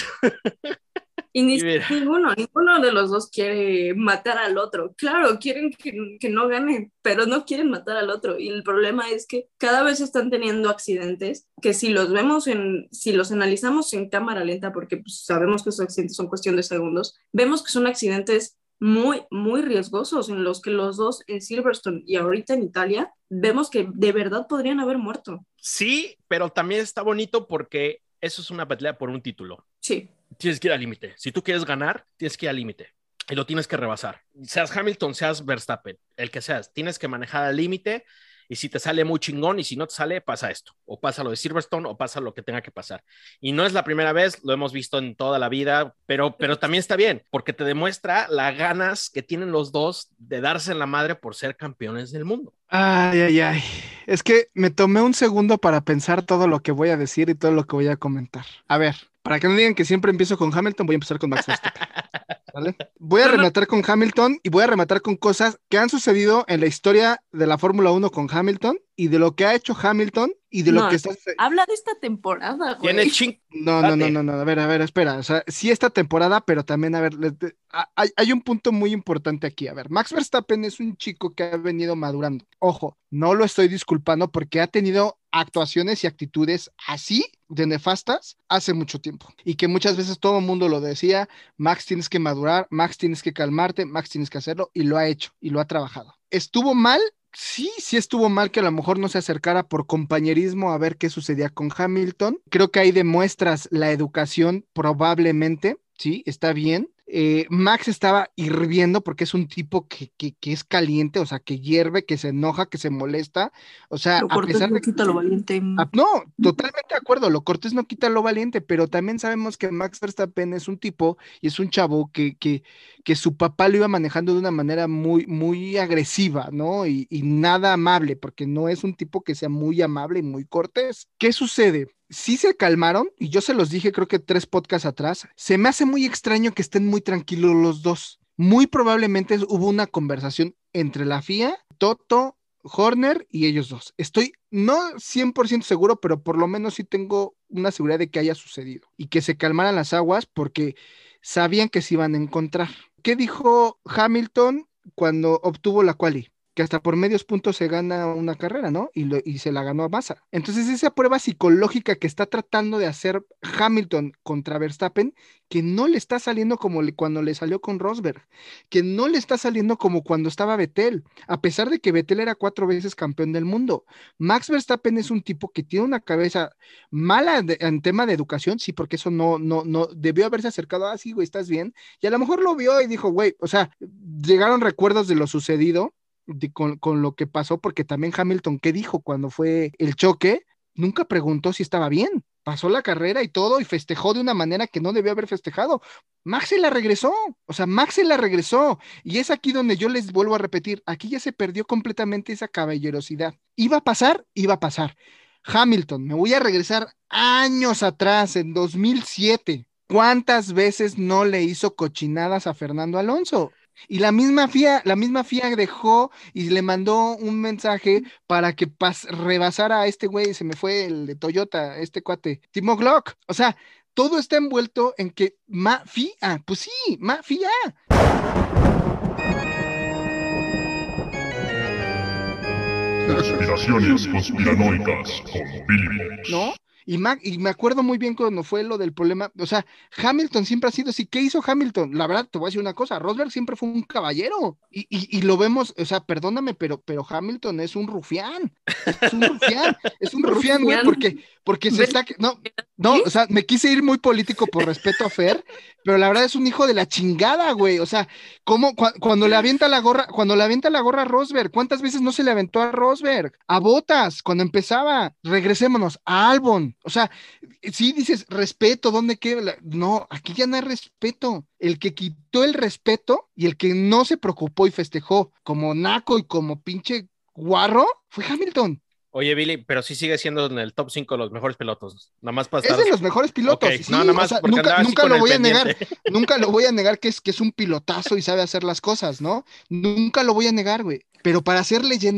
Speaker 4: Y ni
Speaker 2: Y mira.
Speaker 4: ninguno, ninguno de los dos quiere matar al otro. Claro, quieren que, que no gane, pero no quieren matar al otro. Y el problema es que cada vez están teniendo accidentes que si los vemos en, si los analizamos en cámara lenta, porque pues, sabemos que esos accidentes son cuestión de segundos, vemos que son accidentes muy, muy riesgosos en los que los dos en Silverstone y ahorita en Italia, vemos que de verdad podrían haber muerto.
Speaker 2: Sí, pero también está bonito porque eso es una pelea por un título.
Speaker 4: Sí.
Speaker 2: Tienes que ir al límite. Si tú quieres ganar, tienes que ir al límite y lo tienes que rebasar. Seas Hamilton, seas Verstappen, el que seas, tienes que manejar al límite y si te sale muy chingón y si no te sale, pasa esto, o pasa lo de Silverstone o pasa lo que tenga que pasar. Y no es la primera vez, lo hemos visto en toda la vida, pero, pero también está bien porque te demuestra las ganas que tienen los dos de darse en la madre por ser campeones del mundo.
Speaker 3: Ay, ay, ay. Es que me tomé un segundo para pensar todo lo que voy a decir y todo lo que voy a comentar. A ver, para que no digan que siempre empiezo con Hamilton, voy a empezar con Max Verstappen. ¿Vale? Voy a rematar con Hamilton y voy a rematar con cosas que han sucedido en la historia de la Fórmula uno con Hamilton y de lo que ha hecho Hamilton y de lo
Speaker 4: No,
Speaker 3: que está...
Speaker 4: habla de esta temporada, güey.
Speaker 2: Tiene ching...
Speaker 3: No, no, no, no, no, a ver, a ver, espera, o sea, sí esta temporada, pero también, a ver, le- te- a- hay, hay un punto muy importante aquí, a ver, Max Verstappen es un chico que ha venido madurando, ojo, no lo estoy disculpando porque ha tenido actuaciones y actitudes así de nefastas hace mucho tiempo y que muchas veces todo el mundo lo decía, Max tienes que madurar, Max tienes que calmarte, Max tienes que hacerlo y lo ha hecho y lo ha trabajado. ¿Estuvo mal? Sí, sí estuvo mal que a lo mejor no se acercara por compañerismo a ver qué sucedía con Hamilton. Creo que ahí demuestras la educación probablemente, sí, está bien. Eh, Max estaba hirviendo porque es un tipo que, que, que es caliente, o sea, que hierve, que se enoja, que se molesta. O sea,
Speaker 4: Lo
Speaker 3: a
Speaker 4: cortés
Speaker 3: pesar
Speaker 4: no
Speaker 3: de
Speaker 4: quita lo valiente.
Speaker 3: Ah, no, totalmente de acuerdo, lo cortés no quita lo valiente, pero también sabemos que Max Verstappen es un tipo y es un chavo que, que, que su papá lo iba manejando de una manera muy, muy agresiva, ¿no? Y, y nada amable, porque no es un tipo que sea muy amable y muy cortés. ¿Qué sucede? Sí se calmaron, y yo se los dije creo que tres podcasts atrás, se me hace muy extraño que estén muy tranquilos los dos. Muy probablemente hubo una conversación entre la F I A, Toto, Horner y ellos dos. Estoy no cien por ciento seguro, pero por lo menos sí tengo una seguridad de que haya sucedido y que se calmaran las aguas porque sabían que se iban a encontrar. ¿Qué dijo Hamilton cuando obtuvo la quali? Que hasta por medios puntos se gana una carrera, ¿no? Y, lo, y se la ganó a Massa. Entonces esa prueba psicológica que está tratando de hacer Hamilton contra Verstappen, que no le está saliendo como le, cuando le salió con Rosberg, que no le está saliendo como cuando estaba Vettel, a pesar de que Vettel era cuatro veces campeón del mundo. Max Verstappen es un tipo que tiene una cabeza mala de, en tema de educación, sí, porque eso no, no, no, debió haberse acercado, ah, sí, güey, estás bien, y a lo mejor lo vio y dijo, güey, o sea, llegaron recuerdos de lo sucedido, de, con, con lo que pasó, porque también Hamilton, ¿qué dijo cuando fue el choque? Nunca preguntó si estaba bien, pasó la carrera y todo y festejó de una manera que no debió haber festejado. Max se la regresó, o sea, Max se la regresó y es aquí donde yo les vuelvo a repetir, aquí ya se perdió completamente esa caballerosidad. ¿Iba a pasar? Iba a pasar. Hamilton, me voy a regresar años atrás, en dos mil siete. ¿Cuántas veces no le hizo cochinadas a Fernando Alonso? Y la misma F I A, la misma F I A dejó y le mandó un mensaje para que pas, rebasara a este güey, se me fue el de Toyota, este cuate, Timo Glock. O sea, todo está envuelto en que ma F I A, pues sí, ma F I A.
Speaker 5: Conspiraciones conspiranoicas con Billy Bones.
Speaker 3: ¿No? Y, ma y me acuerdo muy bien cuando fue lo del problema, o sea, Hamilton siempre ha sido así. ¿Qué hizo Hamilton? La verdad, te voy a decir una cosa, Rosberg siempre fue un caballero, y, y, y lo vemos, o sea, perdóname, pero, pero Hamilton es un rufián, es un rufián, es un rufián, güey, porque, porque se está, no, no, o sea, me quise ir muy político por respeto a Fer, pero la verdad es un hijo de la chingada, güey, o sea, ¿cómo, cu cuando le avienta la gorra, cuando le avienta la gorra a Rosberg, cuántas veces no se le aventó a Rosberg? A Bottas, cuando empezaba, regresémonos, a Albon. O sea, sí dices respeto, ¿dónde queda? No, aquí ya no hay respeto. El que quitó el respeto y el que no se preocupó y festejó como naco y como pinche guarro fue Hamilton.
Speaker 2: Oye, Billy, pero sí sigue siendo en el top cinco de los mejores pilotos. Nada más para estar...
Speaker 3: Es de los mejores pilotos.
Speaker 2: Okay,
Speaker 3: sí,
Speaker 2: no, nada más
Speaker 3: o sea,
Speaker 2: porque
Speaker 3: nunca,
Speaker 2: andaba así
Speaker 3: nunca
Speaker 2: con
Speaker 3: lo
Speaker 2: el
Speaker 3: voy a
Speaker 2: pendiente.
Speaker 3: negar. Nunca lo voy a negar que es, que es un pilotazo y sabe hacer las cosas, ¿no? Nunca lo voy a negar, güey. Pero para ser leyenda,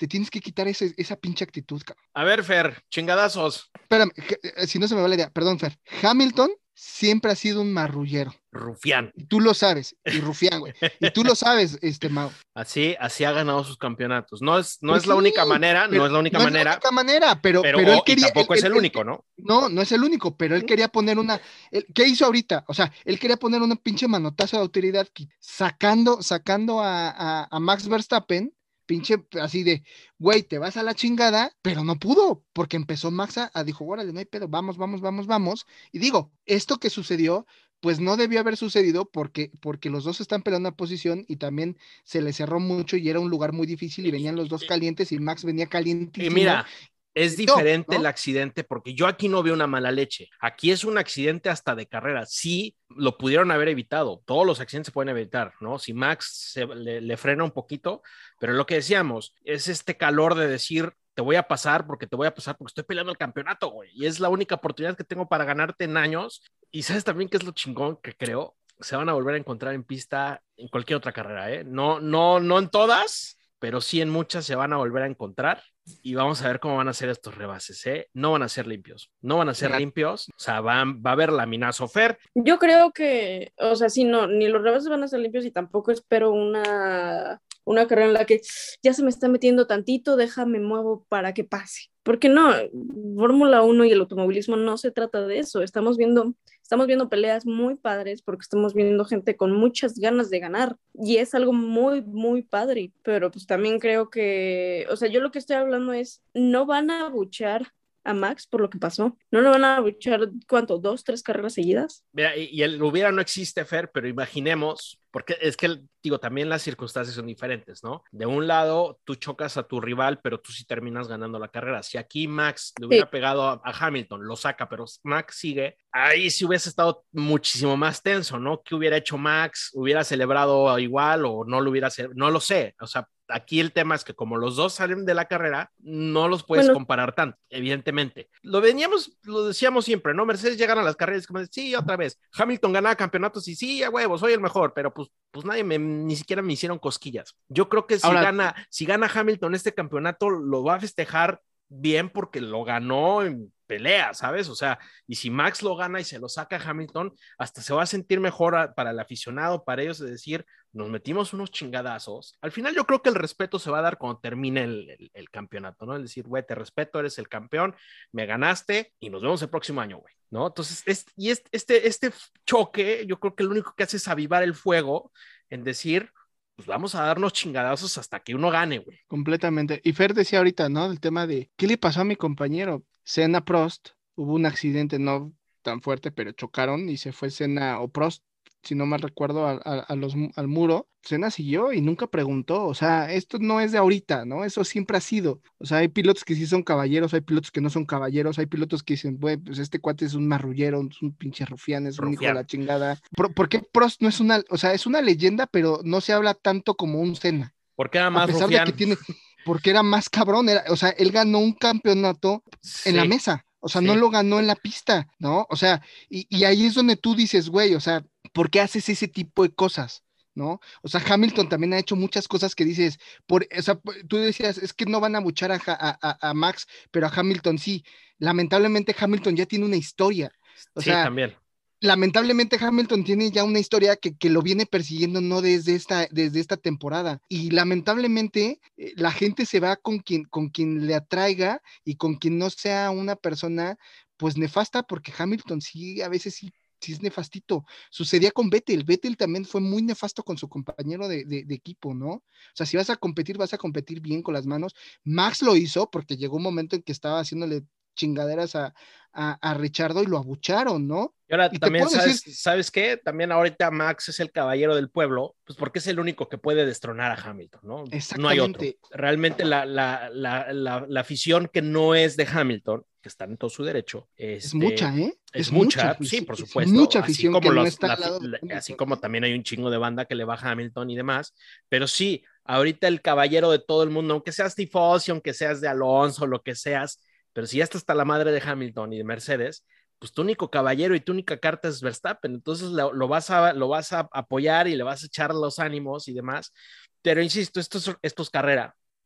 Speaker 3: te tienes que quitar ese, esa pinche actitud, cabrón.
Speaker 2: A ver, Fer, chingadazos.
Speaker 3: Espérame, que, eh, si no se me va la idea, perdón, Fer. Hamilton siempre ha sido un marrullero.
Speaker 2: Rufián.
Speaker 3: Y tú lo sabes, y rufián, güey. Y tú lo sabes, este, Mau.
Speaker 2: Así, así ha ganado sus campeonatos. No es, no
Speaker 3: Pues
Speaker 2: es la
Speaker 3: sí,
Speaker 2: única manera,
Speaker 3: pero
Speaker 2: no es la única
Speaker 3: no
Speaker 2: manera,
Speaker 3: es la única manera, pero,
Speaker 2: pero,
Speaker 3: pero él
Speaker 2: y
Speaker 3: quería.
Speaker 2: tampoco
Speaker 3: él-
Speaker 2: es el
Speaker 3: él-
Speaker 2: único, ¿no?
Speaker 3: No, no es el único, pero él quería poner una. él- ¿Qué hizo ahorita? O sea, él quería poner una pinche manotazo de autoridad que- sacando, sacando a, a, a Max Verstappen, pinche así de, güey, te vas a la chingada, pero no pudo, porque empezó Max a, a dijo, órale, no hay pedo, vamos, vamos, vamos, vamos. Y digo, esto que sucedió, pues no debió haber sucedido porque, porque los dos están peleando una posición y también se le cerró mucho y era un lugar muy difícil y venían los dos calientes y Max venía
Speaker 2: Y
Speaker 3: calientísimo.
Speaker 2: mira, es
Speaker 3: Yo,
Speaker 2: diferente
Speaker 3: ¿no?
Speaker 2: el accidente porque yo aquí no veo una mala leche. Aquí es un accidente hasta de carrera. Sí, lo pudieron haber evitado. Todos los accidentes se pueden evitar, ¿no? Si Max se, le, le frena un poquito, pero lo que decíamos es este calor de decir, te voy a pasar porque te voy a pasar porque estoy peleando el campeonato, güey. Y es la única oportunidad que tengo para ganarte en años. Y sabes también qué es lo chingón que creo. Se van a volver a encontrar en pista en cualquier otra carrera, ¿eh? No, no, no en todas, pero sí en muchas se van a volver a encontrar y vamos a ver cómo van a ser estos rebases, ¿eh? No van a ser limpios, no van a ser
Speaker 3: Claro.
Speaker 2: limpios, o sea, van, va a haber laminazo. Fer,
Speaker 4: Yo creo que, o sea, sí, no, ni los rebases van a ser limpios y tampoco espero una, una carrera en la que ya se me está metiendo tantito, déjame muevo para que pase. Porque no, Fórmula uno y el automovilismo no se trata de eso. Estamos viendo, estamos viendo peleas muy padres porque estamos viendo gente con muchas ganas de ganar y es algo muy, muy padre. Pero pues también creo que, o sea, yo lo que estoy hablando es, no van a abuchear a Max por lo que pasó. No lo van a abuchear, ¿cuánto? ¿Dos, tres carreras seguidas?
Speaker 2: mira, y, y el hubiera no existe, Fer, pero imaginemos, porque es que, digo, también las circunstancias son diferentes, ¿no? De un lado, tú chocas a tu rival, pero tú sí terminas ganando la carrera. Si aquí Max le hubiera
Speaker 4: Sí.
Speaker 2: pegado a, a Hamilton, lo saca, pero Max sigue, ahí sí hubiese estado muchísimo más tenso, ¿no? ¿Qué hubiera hecho Max? ¿Hubiera celebrado igual o no lo hubiera celebrado? No lo sé, o sea, aquí el tema es que como los dos salen de la carrera, no los puedes
Speaker 4: Bueno.
Speaker 2: comparar tanto, evidentemente. Lo veníamos, lo decíamos siempre, ¿no? Mercedes llegan a las carreras como, sí, otra vez. Hamilton ganaba campeonatos y sí, a huevo, soy el mejor, pero pues, pues nadie me, ni siquiera me hicieron cosquillas. Yo creo que si
Speaker 3: Ahora-
Speaker 2: gana, si gana Hamilton este campeonato, lo va a festejar bien porque lo ganó en pelea, ¿sabes? O sea, y si Max lo gana y se lo saca a Hamilton, hasta se va a sentir mejor a, para el aficionado, para ellos, de decir, nos metimos unos chingadazos. Al final yo creo que el respeto se va a dar cuando termine el, el, el campeonato, ¿no? Es decir, güey, te respeto, eres el campeón, me ganaste y nos vemos el próximo año, güey, ¿no? Entonces, es, y este, este, este choque, yo creo que lo único que hace es avivar el fuego en decir, pues vamos a darnos chingadazos hasta que uno gane, güey.
Speaker 3: Completamente. Y Fer decía ahorita, ¿no? El tema de, ¿qué le pasó a mi compañero? Senna Prost, hubo un accidente no tan fuerte, pero chocaron y se fue Senna o Prost, si no mal recuerdo, a, a- a los, al muro. Senna siguió y nunca preguntó. O sea, esto no es de ahorita, ¿no? Eso siempre ha sido. O sea, hay pilotos que sí son caballeros, hay pilotos que no son caballeros, hay pilotos que dicen, güey, pues este cuate es un marrullero, es un pinche rufián, es un hijo de
Speaker 2: Rufián.
Speaker 3: la chingada. ¿Por, por qué Prost no es una, o sea, es una leyenda, pero no se habla tanto como un Senna?
Speaker 2: Porque era
Speaker 3: A
Speaker 2: más
Speaker 3: pesar
Speaker 2: rufián.
Speaker 3: de que tiene, porque era más cabrón, era, o sea, él ganó un campeonato en la
Speaker 2: Sí.
Speaker 3: mesa, o sea,
Speaker 2: Sí.
Speaker 3: no lo ganó en la pista, ¿no? O sea, y, y ahí es donde tú dices, güey, o sea, ¿por qué haces ese tipo de cosas? ¿No? O sea, Hamilton también ha hecho muchas cosas que dices, por, o sea, pu- tú decías, es que no van a buchar a, Ja- a, a- a Max, pero a Hamilton sí. Lamentablemente Hamilton ya tiene una historia. O
Speaker 2: Sí,
Speaker 3: sea,
Speaker 2: también.
Speaker 3: lamentablemente Hamilton tiene ya una historia que, que lo viene persiguiendo no desde esta, desde esta temporada. Y lamentablemente eh, la gente se va con quien, con quien le atraiga y con quien no sea una persona pues nefasta, porque Hamilton sí, a veces sí, sí es nefastito. Sucedía con Vettel. Vettel también fue muy nefasto con su compañero de, de, de equipo, ¿no? O sea, si vas a competir, vas a competir bien con las manos. Max lo hizo porque llegó un momento en que estaba haciéndole chingaderas a, a, a Richardo y lo abucharon, ¿no?
Speaker 2: Y ahora
Speaker 3: Y te
Speaker 2: también,
Speaker 3: puedo
Speaker 2: ¿sabes,
Speaker 3: decir-
Speaker 2: ¿sabes qué? También ahorita Max es el caballero del pueblo, pues porque es el único que puede destronar a Hamilton, ¿no? No hay otro.
Speaker 3: Exactamente.
Speaker 2: Realmente la, la, la, la, la afición que no es de Hamilton, que está en todo su derecho,
Speaker 3: Es
Speaker 2: este,
Speaker 3: mucha, ¿eh?
Speaker 2: Es, mucha,
Speaker 3: afición,
Speaker 2: sí, por
Speaker 3: es
Speaker 2: supuesto.
Speaker 3: mucha
Speaker 2: así
Speaker 3: afición
Speaker 2: como
Speaker 3: que no
Speaker 2: los-
Speaker 3: está
Speaker 2: la-
Speaker 3: al lado de
Speaker 2: la-
Speaker 3: Hamilton.
Speaker 2: así como también hay un chingo de banda que le baja a Hamilton y demás, pero sí, ahorita el caballero de todo el mundo, aunque seas tifosi, aunque seas de Alonso, lo que seas, pero si ya estás hasta la madre de Hamilton y de Mercedes, pues tu único caballero y tu única carta es Verstappen, entonces lo, lo vas a, lo vas a apoyar y le vas a echar los ánimos y demás, pero insisto, esto es, esto es carrera.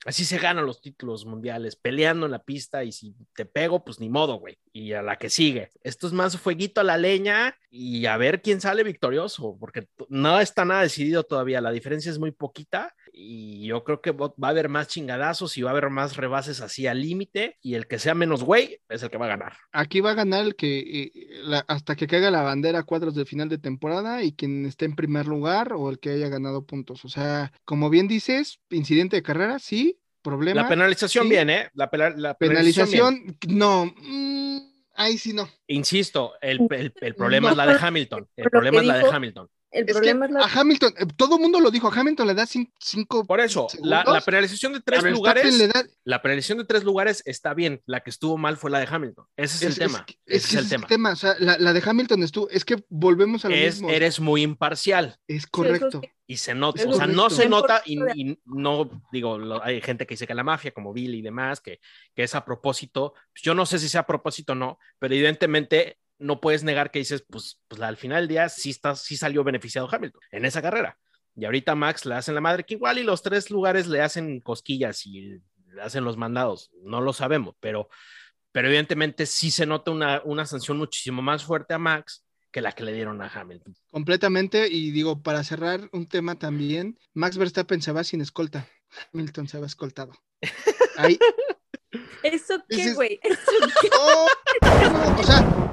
Speaker 2: Así se ganan los títulos mundiales, peleando en la pista y si te pego, pues ni modo, güey. Y a la que sigue. Esto es más fueguito a la leña y a ver quién sale victorioso, porque no está nada decidido todavía. La diferencia es muy poquita y yo creo que va a haber más chingadazos y va a haber más rebases así al límite y el que sea menos güey es el que va a ganar.
Speaker 3: Aquí va a ganar el que eh, la, hasta que caiga la bandera a cuadros de final de temporada y quien esté en primer lugar o el que haya ganado puntos. O sea, como bien dices, incidente de carrera, sí, problema.
Speaker 2: La penalización
Speaker 3: sí.
Speaker 2: viene, ¿eh? La, pela- la penalización,
Speaker 3: Penalización, no, mm, ahí sí no.
Speaker 2: insisto, el, el, el problema
Speaker 3: No,
Speaker 2: es la de Hamilton. El
Speaker 4: lo
Speaker 2: problema
Speaker 4: que
Speaker 2: es la de
Speaker 4: dijo-
Speaker 2: Hamilton.
Speaker 4: El
Speaker 3: Es que
Speaker 4: problema es la...
Speaker 3: a Hamilton, eh, todo el mundo lo dijo, a Hamilton le da cin- cinco
Speaker 2: Por eso, la,
Speaker 3: segundos,
Speaker 2: la penalización de
Speaker 3: a
Speaker 2: tres
Speaker 3: Verstappen
Speaker 2: lugares,
Speaker 3: le da-
Speaker 2: la penalización de tres lugares está bien. La que estuvo mal fue la de Hamilton. Ese es, el
Speaker 3: es,
Speaker 2: tema.
Speaker 3: es,
Speaker 2: Ese
Speaker 3: es
Speaker 2: es,
Speaker 3: que
Speaker 2: el
Speaker 3: ese es
Speaker 2: tema.
Speaker 3: el tema, o sea, la, la de Hamilton estuvo, es que volvemos a lo
Speaker 2: Es,
Speaker 3: mismo,
Speaker 2: eres muy imparcial
Speaker 3: es correcto.
Speaker 4: Sí, eso sí.
Speaker 2: y se nota,
Speaker 3: Es
Speaker 2: o sea, no
Speaker 3: correcto.
Speaker 2: se nota y, y no, digo, lo- hay gente que dice que la mafia, como Billy y demás, que, que es a propósito. Yo no sé si sea a propósito o no, pero evidentemente no puedes negar que dices, pues, pues al final del día sí, está, sí salió beneficiado Hamilton en esa carrera. Y ahorita Max le hacen la madre, que igual y los tres lugares le hacen cosquillas y le hacen los mandados, no lo sabemos, pero, pero evidentemente sí se nota una, una sanción muchísimo más fuerte a Max que la que le dieron a Hamilton.
Speaker 3: Completamente, y digo, para cerrar un tema también, Max Verstappen se va sin escolta, Hamilton se va escoltado. Ahí,
Speaker 4: ¿Eso qué,
Speaker 3: Dices-
Speaker 4: güey?
Speaker 3: ¡oh! No, o sea,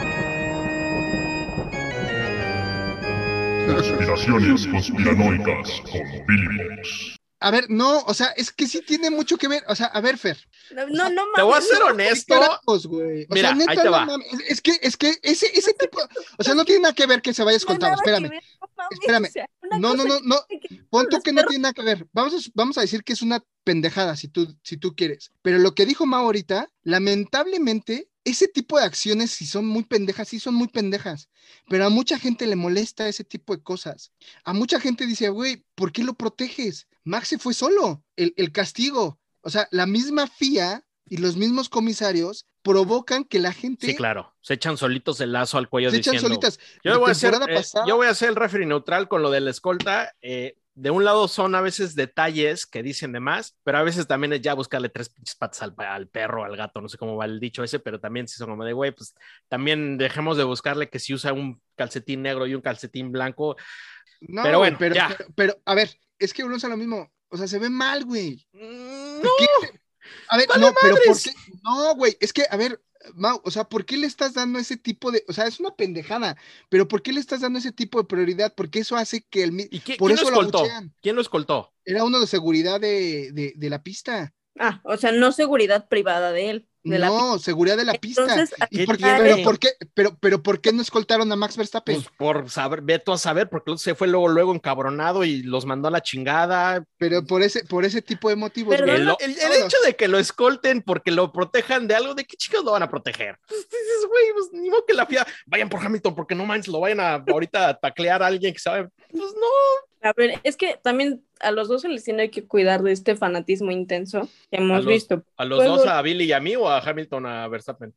Speaker 5: Conspiraciones conspiranoicas con Billy Box.
Speaker 3: a ver, no, o sea, es que sí tiene mucho que ver, o sea, a ver, Fer,
Speaker 4: No, no, no
Speaker 2: Te voy a
Speaker 4: mames,
Speaker 2: ser
Speaker 4: no.
Speaker 2: honesto.
Speaker 3: ¿qué carajos, güey? O
Speaker 2: Mira,
Speaker 3: sea, neta,
Speaker 2: ahí te
Speaker 3: no
Speaker 2: va.
Speaker 3: mames, es que, es que ese, ese tipo, o sea, no tiene nada que ver que se vaya
Speaker 4: No hay
Speaker 3: escoltado,
Speaker 4: nada que
Speaker 3: espérame,
Speaker 4: ver, no mames,
Speaker 3: espérame.
Speaker 4: o sea, una
Speaker 3: no, no,
Speaker 4: cosa
Speaker 3: no, no,
Speaker 4: que- que
Speaker 3: pon tú
Speaker 4: los
Speaker 3: que no
Speaker 4: perros-
Speaker 3: tiene nada que ver, vamos a, vamos a decir que es una pendejada si tú, si tú quieres, pero lo que dijo Mau ahorita, lamentablemente, ese tipo de acciones, si son muy pendejas, sí son muy pendejas, pero a mucha gente le molesta ese tipo de cosas. A mucha gente dice, güey, ¿por qué lo proteges? Max se fue solo, el, el castigo. O sea, la misma F I A y los mismos comisarios provocan que la gente
Speaker 2: Sí, claro, se echan solitos el lazo al cuello
Speaker 3: se echan
Speaker 2: diciendo,
Speaker 3: solitas.
Speaker 2: Yo
Speaker 3: La
Speaker 2: voy, a ser,
Speaker 3: temporada
Speaker 2: eh,
Speaker 3: pasada-
Speaker 2: yo voy a ser el referee neutral con lo de la escolta. Eh, de un lado son a veces detalles que dicen de más, pero a veces también es ya buscarle tres pinches patas al, al perro, al gato, no sé cómo va el dicho ese, pero también si son como de, güey, pues también dejemos de buscarle que si usa un calcetín negro y un calcetín blanco.
Speaker 3: No,
Speaker 2: pero bueno,
Speaker 3: pero,
Speaker 2: ya.
Speaker 3: pero, pero, a ver, es que uno es lo mismo. O sea, se ve mal, güey.
Speaker 2: Mm,
Speaker 3: ¿Por qué? A ver,
Speaker 2: ¡Vale
Speaker 3: no, pero ¿por
Speaker 2: madres!
Speaker 3: qué? No, güey, es que, a ver, Mau, o sea, ¿por qué le estás dando ese tipo de, o sea, es una pendejada, pero ¿por qué le estás dando ese tipo de prioridad? Porque eso hace que el, mi-
Speaker 2: ¿Y qué-
Speaker 3: por
Speaker 2: quién lo
Speaker 3: eso lo
Speaker 2: escoltó?
Speaker 3: abuchean.
Speaker 2: ¿Quién lo escoltó?
Speaker 3: Era uno de seguridad de, de, de la pista.
Speaker 4: Ah, o sea, no seguridad privada de él. De la
Speaker 3: No, seguridad de la pista.
Speaker 4: Entonces,
Speaker 3: ¿Y
Speaker 2: ¿qué
Speaker 3: por qué-
Speaker 2: tiene?
Speaker 3: pero, ¿por qué, pero, pero ¿por qué no escoltaron a Max Verstappen?
Speaker 2: Pues por saber, veto a saber, porque él se fue luego, luego encabronado y los mandó a la chingada.
Speaker 3: Pero por ese, por ese tipo de motivos,
Speaker 4: Perdón,
Speaker 3: güey.
Speaker 2: El, el- el
Speaker 3: Vámonos.
Speaker 2: hecho de que lo escolten porque lo protejan de algo, ¿de qué chicos lo van a proteger? Pues dices, güey, pues ni modo que la F I A vayan por Hamilton porque no manches, lo vayan a ahorita a taclear a alguien que sabe. Pues no.
Speaker 4: A ver, es que también a los dos se les tiene que cuidar de este fanatismo intenso que
Speaker 2: A
Speaker 4: hemos
Speaker 2: los,
Speaker 4: visto.
Speaker 2: a los
Speaker 4: Luego-
Speaker 2: dos, a Billy y a mí o a Hamilton, a Verstappen.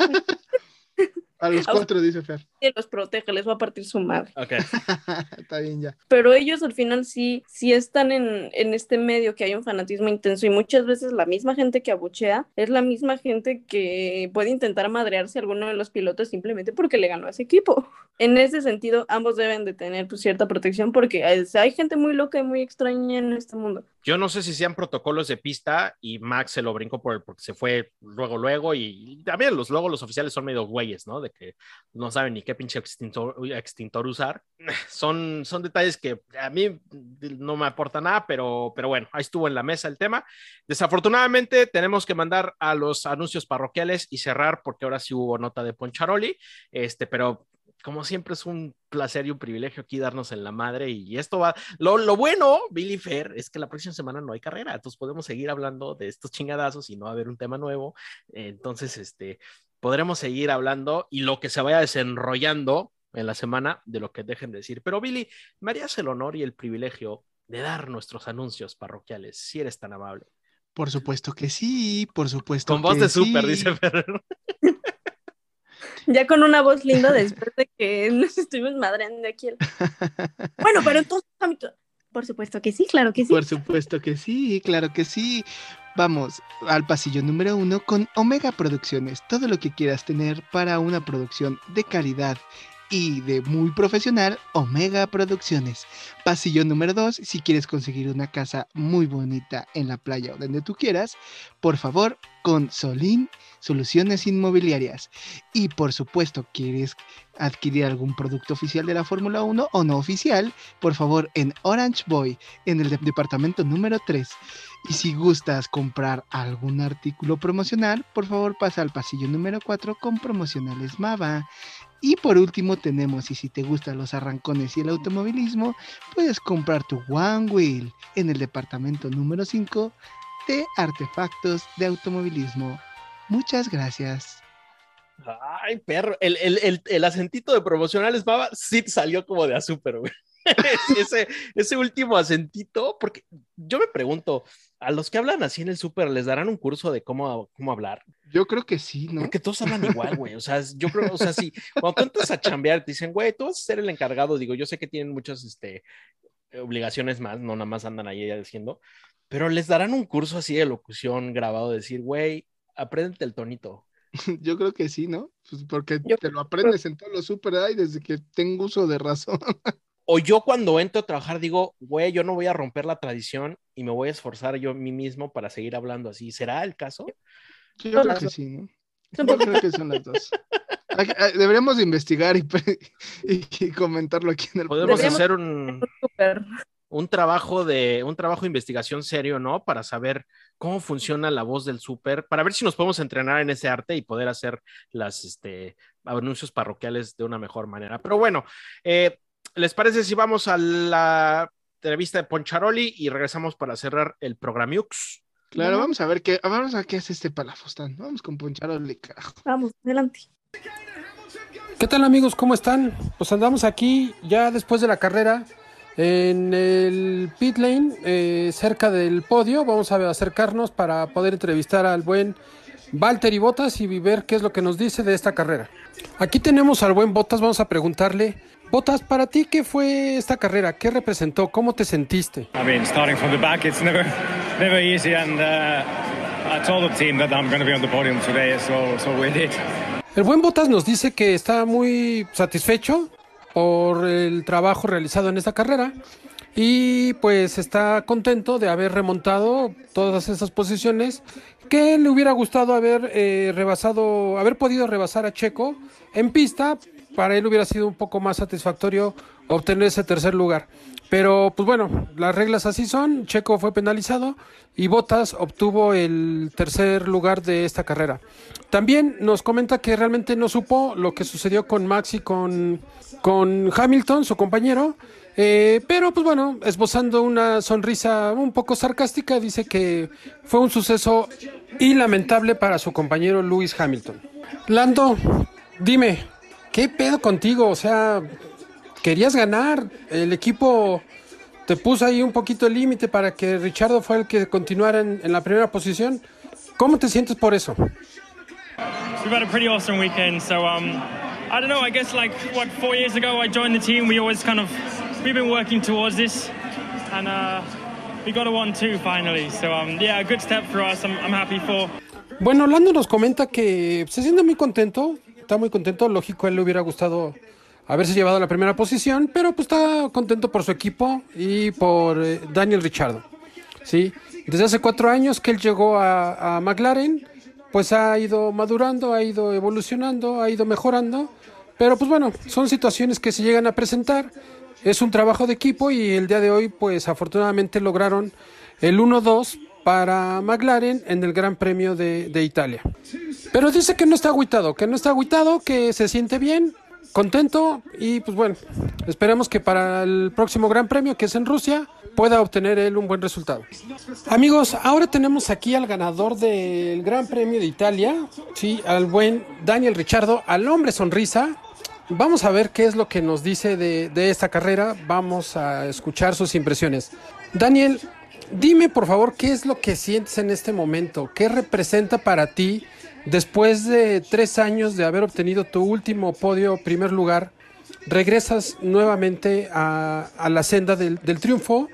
Speaker 3: A los
Speaker 4: a-
Speaker 3: cuatro, dice Fer.
Speaker 4: Que los protege, les va a partir su madre.
Speaker 2: Ok.
Speaker 3: Está bien ya.
Speaker 4: Pero ellos al final sí, sí están en, en este medio que hay un fanatismo intenso y muchas veces la misma gente que abuchea es la misma gente que puede intentar madrearse a alguno de los pilotos simplemente porque le ganó a ese equipo. En ese sentido, ambos deben de tener pues, cierta protección porque hay, hay gente muy loca y muy extraña en este mundo.
Speaker 2: Yo no sé si sean protocolos de pista y Max se lo brincó por el, porque se fue luego, luego. Y, y también los, luego los oficiales son medio güeyes, ¿no? De que no saben ni qué pinche extintor, extintor usar. Son, son detalles que a mí no me aporta nada, pero, pero bueno, ahí estuvo en la mesa el tema. Desafortunadamente tenemos que mandar a los anuncios parroquiales y cerrar porque ahora sí hubo nota de Poncharoli, este, pero como siempre es un placer y un privilegio aquí darnos en la madre y esto va, lo, lo bueno, Billy Fer, es que la próxima semana no hay carrera, entonces podemos seguir hablando de estos chingadazos y no va a haber un tema nuevo, entonces este, podremos seguir hablando y lo que se vaya desenrollando en la semana de lo que dejen de decir, pero Billy, me harías el honor y el privilegio de dar nuestros anuncios parroquiales, si eres tan amable.
Speaker 3: Por supuesto que sí, por supuesto
Speaker 2: Con voz
Speaker 3: que
Speaker 2: de súper,
Speaker 3: sí.
Speaker 2: dice Fer.
Speaker 4: Ya con una voz linda después de que nos estuvimos madreando aquí. El... Bueno, pero entonces, Hamilton,
Speaker 6: Por supuesto que sí, claro que sí.
Speaker 3: Por supuesto que sí, claro que sí. Vamos al pasillo número uno con Omega Producciones. Todo lo que quieras tener para una producción de calidad y de muy profesional, Omega Producciones. Pasillo número dos, si quieres conseguir una casa muy bonita en la playa o donde tú quieras, por favor, con Solín Soluciones Inmobiliarias. Y por supuesto, quieres adquirir algún producto oficial de la Fórmula uno o no oficial, por favor, en Orange Boy, en el de- departamento número tres. Y si gustas comprar algún artículo promocional, por favor pasa al pasillo número cuatro con Promocionales Mava. Y por último tenemos, y si te gustan los arrancones y el automovilismo, puedes comprar tu One Wheel en el departamento número cinco de Artefactos de Automovilismo. Muchas gracias.
Speaker 2: Ay, perro, el, el, el, el acentito de Promocionales Baba sí salió como de a súper, güey. ese, ese último acentito, porque yo me pregunto, a los que hablan así en el súper, ¿les darán un curso de cómo, cómo hablar?
Speaker 3: Yo creo que sí, ¿no?
Speaker 2: Porque todos hablan igual, güey. O sea, yo creo, o sea, sí, cuando tú entras a chambear, te dicen, güey, tú vas a ser el encargado. Digo, yo sé que tienen muchas este, obligaciones más, no nada más andan ahí diciendo, pero les darán un curso así de locución grabado, de decir, güey, apréndete el tonito.
Speaker 3: Yo creo que sí, ¿no? Pues porque
Speaker 6: Yo-
Speaker 3: te lo aprendes en todos los super ay, desde que tengo uso de razón.
Speaker 2: O yo cuando entro a trabajar digo, güey, yo no voy a romper la tradición y me voy a esforzar yo a mí mismo para seguir hablando así. ¿Será el caso?
Speaker 3: Yo
Speaker 6: Son
Speaker 3: creo
Speaker 6: las
Speaker 3: que
Speaker 6: dos.
Speaker 3: sí, ¿no?
Speaker 6: Son
Speaker 3: Yo creo que son las dos. Hay que- hay- Deberíamos de investigar y, pe- y- y comentarlo aquí en el
Speaker 2: Podemos
Speaker 6: Deberíamos-
Speaker 2: hacer un,
Speaker 6: Súper.
Speaker 2: un trabajo de un trabajo de investigación serio, ¿no? Para saber cómo funciona la voz del súper, para ver si nos podemos entrenar en ese arte y poder hacer las este, anuncios parroquiales de una mejor manera. Pero bueno, eh, ¿les parece si vamos a la entrevista de Poncharoli y regresamos para cerrar el programiux?
Speaker 3: Claro,
Speaker 6: Bueno.
Speaker 3: vamos a ver qué, vamos a ver qué hace este Palafostán. Vamos con Poncharoli, carajo.
Speaker 6: Vamos, adelante.
Speaker 7: ¿Qué tal amigos? ¿Cómo están? Pues andamos aquí ya después de la carrera en el pit lane, eh, cerca del podio. Vamos a acercarnos para poder entrevistar al buen Valtteri Bottas y ver qué es lo que nos dice de esta carrera. Aquí tenemos al buen Bottas, vamos a preguntarle, Bottas, para ti, ¿qué fue esta carrera? ¿Qué representó? ¿Cómo te sentiste?
Speaker 8: I mean, starting from the back, it's never, never easy, and uh, I told the team that I'm going to be on the podium today, so so we did.
Speaker 7: El buen Bottas nos dice que está muy satisfecho por el trabajo realizado en esta carrera y pues está contento de haber remontado todas esas posiciones que le hubiera gustado haber eh, rebasado, haber podido rebasar a Checo en pista. Para él hubiera sido un poco más satisfactorio obtener ese tercer lugar. Pero pues bueno, las reglas así son. Checo fue penalizado y Bottas obtuvo el tercer lugar de esta carrera. También nos comenta que realmente no supo lo que sucedió con Max y con, con Hamilton, su compañero. Eh, pero pues bueno, esbozando una sonrisa un poco sarcástica, dice que fue un suceso lamentable para su compañero Lewis Hamilton. Lando, dime, ¿qué pedo contigo? O sea, querías ganar, el equipo te puso ahí un poquito el límite para que Richardo fuera el que continuara en, en la primera posición. ¿Cómo te sientes por eso?
Speaker 8: We've had a pretty awesome weekend, so um, I don't know. I guess like what four years ago I joined the team. We always kind of we've been working towards this, and uh, we got a one two finally. So um, yeah, a good step for us. I'm, I'm happy for.
Speaker 7: Bueno, Lando nos comenta que se siente muy contento, está muy contento. Lógico, a él le hubiera gustado haberse llevado a la primera posición, pero pues está contento por su equipo y por eh, Daniel Ricciardo. Sí, desde hace cuatro años que él llegó a, a McLaren, pues ha ido madurando, ha ido evolucionando, ha ido mejorando, pero pues bueno, son situaciones que se llegan a presentar, es un trabajo de equipo y el día de hoy pues afortunadamente lograron el uno dos para McLaren en el Gran Premio de, de Italia. Pero dice que no está agüitado, que no está agüitado, que se siente bien, contento y pues bueno, esperemos que para el próximo Gran Premio, que es en Rusia, pueda obtener él un buen resultado. Amigos, ahora tenemos aquí al ganador del Gran Premio de Italia, sí, al buen Daniel Ricciardo, al hombre sonrisa. Vamos a ver qué es lo que nos dice de, de esta carrera, vamos a escuchar sus impresiones. Daniel, dime por favor qué es lo que sientes en este momento, qué representa para ti después de tres años de haber obtenido tu último podio primer lugar, regresas nuevamente a, a la senda del, del triunfo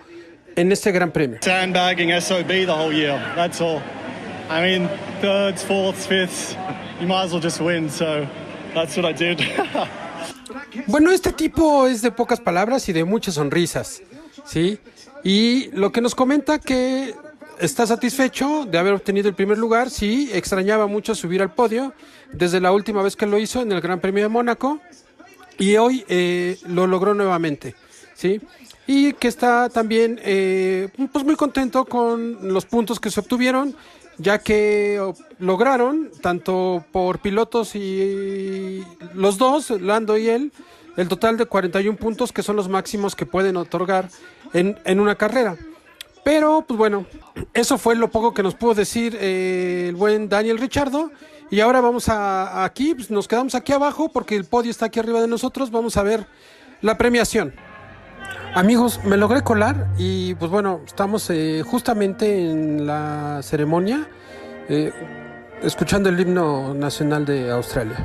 Speaker 7: en este Gran Premio.
Speaker 8: Sandbagging S O B the whole year, that's all. I mean, thirds, fourths, fifths, you might as well just win, so that's what I did.
Speaker 7: Bueno, este tipo es de pocas palabras y de muchas sonrisas, ¿sí? Y lo que nos comenta que está satisfecho de haber obtenido el primer lugar, sí, extrañaba mucho subir al podio desde la última vez que lo hizo en el Gran Premio de Mónaco y hoy eh, lo logró nuevamente, ¿sí? Y que está también eh, pues muy contento con los puntos que se obtuvieron, ya que lograron, tanto por pilotos y los dos, Lando y él, el total de cuarenta y uno puntos, que son los máximos que pueden otorgar en, en una carrera. Pero, pues bueno, eso fue lo poco que nos pudo decir eh, el buen Daniel Ricciardo. Y ahora vamos a, a aquí, pues nos quedamos aquí abajo porque el podio está aquí arriba de nosotros. Vamos a ver la premiación. Amigos, me logré colar y pues bueno, estamos eh, justamente en la ceremonia eh, escuchando el himno nacional de Australia.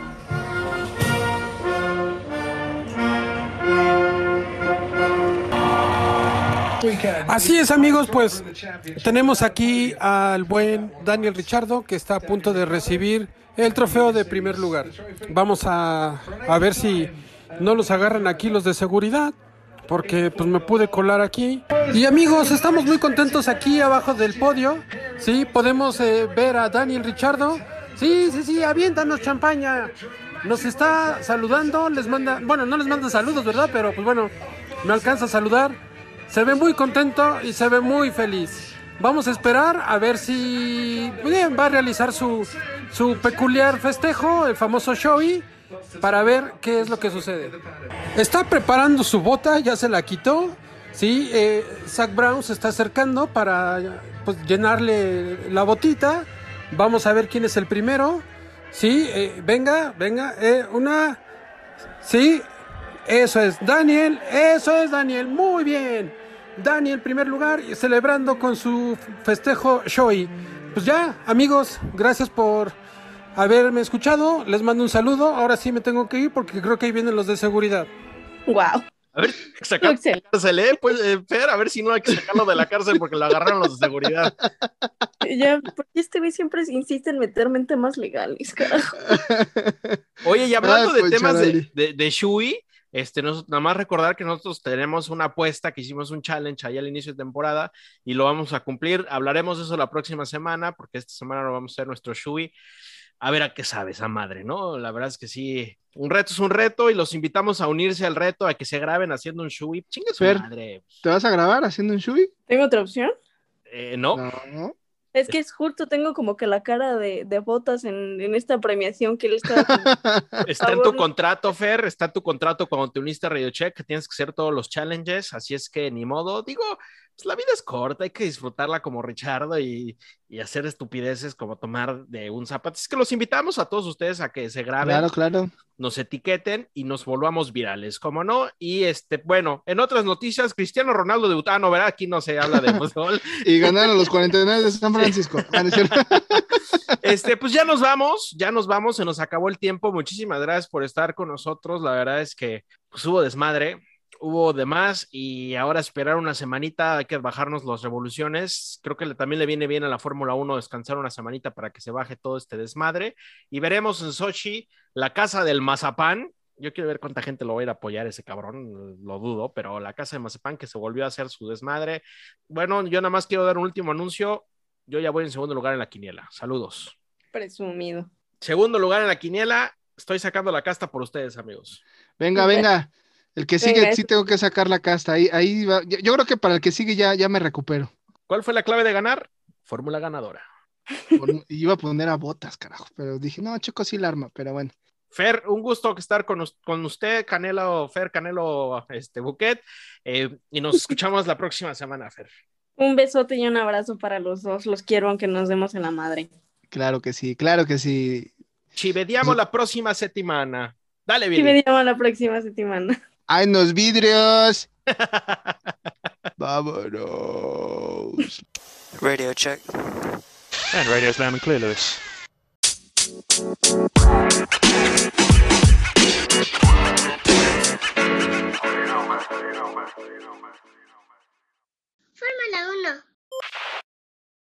Speaker 7: Así es, amigos, pues tenemos aquí al buen Daniel Ricciardo que está a punto de recibir el trofeo de primer lugar. Vamos a, a ver si no los agarran aquí los de seguridad, porque pues me pude colar aquí. Y amigos, estamos muy contentos aquí abajo del podio. Sí, podemos eh, ver a Daniel Ricciardo. Sí, sí, sí, aviéntanos champaña. Nos está saludando, les manda, bueno, no les manda saludos, ¿verdad? Pero pues bueno, me alcanza a saludar. Se ve muy contento y se ve muy feliz. Vamos a esperar a ver si bien, va a realizar su, su peculiar festejo, el famoso showy, para ver qué es lo que sucede. Está preparando su bota, ya se la quitó. Sí, eh, Zak Brown se está acercando para pues, llenarle la botita. Vamos a ver quién es el primero. Sí, eh, venga, venga, eh, una. Sí, eso es Daniel, eso es Daniel, muy bien. Daniel, primer lugar, celebrando con su festejo showy. Pues ya, amigos, gracias por haberme escuchado. Les mando un saludo. Ahora sí me tengo que ir porque creo que ahí vienen los de seguridad.
Speaker 6: Wow.
Speaker 2: A ver, sacarlo de la cárcel, ¿eh? Pues, eh, Fer, a ver si no hay que sacarlo de la cárcel porque lo agarraron los de seguridad.
Speaker 6: Ya, porque este güey siempre insiste en meterme en temas legales, carajo.
Speaker 2: Oye, y hablando
Speaker 3: Ah,
Speaker 2: de
Speaker 3: pues,
Speaker 2: temas de,
Speaker 3: charali.
Speaker 2: de, de Shui, este, nos, nada más recordar que nosotros tenemos una apuesta, que hicimos un challenge ahí al inicio de temporada y lo vamos a cumplir. Hablaremos de eso la próxima semana porque esta semana no vamos a hacer nuestro Shui. A ver a qué sabe esa madre, ¿no? La verdad es que sí, un reto es un reto y los invitamos a unirse al reto, a que se graben haciendo un Shui. Chingue su
Speaker 3: Fer,
Speaker 2: madre.
Speaker 3: ¿te vas a grabar haciendo un shui?
Speaker 4: ¿Tengo otra opción?
Speaker 2: Eh, ¿no?
Speaker 3: No.
Speaker 6: Es que es justo, tengo como que la cara de, de botas en, en esta premiación que él está...
Speaker 2: Está en tu contrato, Fer, está en tu contrato cuando te uniste a Radio Check, que tienes que hacer todos los challenges, así es que ni modo, digo, pues la vida es corta, hay que disfrutarla como Richardo y, y hacer estupideces como tomar de un zapato. Es que los invitamos a todos ustedes a que se graben,
Speaker 3: Claro, claro.
Speaker 2: nos etiqueten y nos volvamos virales, como no. Y este, bueno, en otras noticias, Cristiano Ronaldo debutó, ah, no, ¿verdad? Aquí no se habla de fútbol.
Speaker 3: Y ganaron los cuarenta y nueve de San Francisco. Ah, ¿no es cierto?
Speaker 2: Este, pues ya nos vamos, ya nos vamos, se nos acabó el tiempo. Muchísimas gracias por estar con nosotros. La verdad es que pues, hubo desmadre, hubo demás y ahora esperar una semanita, hay que bajarnos las revoluciones. Creo que le, también le viene bien a la Fórmula uno descansar una semanita para que se baje todo este desmadre. Y veremos en Sochi la casa del mazapán. Yo quiero ver cuánta gente lo va a ir a apoyar ese cabrón, lo dudo, pero la casa de mazapán que se volvió a hacer su desmadre. Bueno, yo nada más quiero dar un último anuncio. Yo ya voy en segundo lugar en la quiniela. Saludos.
Speaker 6: Presumido.
Speaker 2: Segundo lugar en la quiniela. Estoy sacando la casta por ustedes, amigos.
Speaker 3: Venga, venga. El que sigue,
Speaker 6: Venga,
Speaker 3: sí
Speaker 6: eso.
Speaker 3: tengo que sacar la casta. Ahí, ahí va. Yo, yo creo que para el que sigue ya, ya me recupero.
Speaker 2: ¿Cuál fue la clave de ganar? Fórmula ganadora.
Speaker 3: Por- iba a poner a botas, carajo. Pero dije, no, Checo sí la arma, pero bueno.
Speaker 2: Fer, un gusto estar con, us- con usted, Canelo, Fer, Canelo, este, Buquet. Eh, y nos escuchamos la próxima semana, Fer.
Speaker 6: Un besote y un abrazo para los dos. Los quiero aunque nos demos en la madre.
Speaker 3: Claro que sí, claro que sí.
Speaker 2: Ci vediamo la próxima settimana. Dale,
Speaker 6: Y
Speaker 2: Billy.
Speaker 6: me llamo la próxima semana.
Speaker 3: ¡Ay, los vidrios! Vámonos.
Speaker 9: Radio check.
Speaker 1: And radio's loud and clear, Lewis.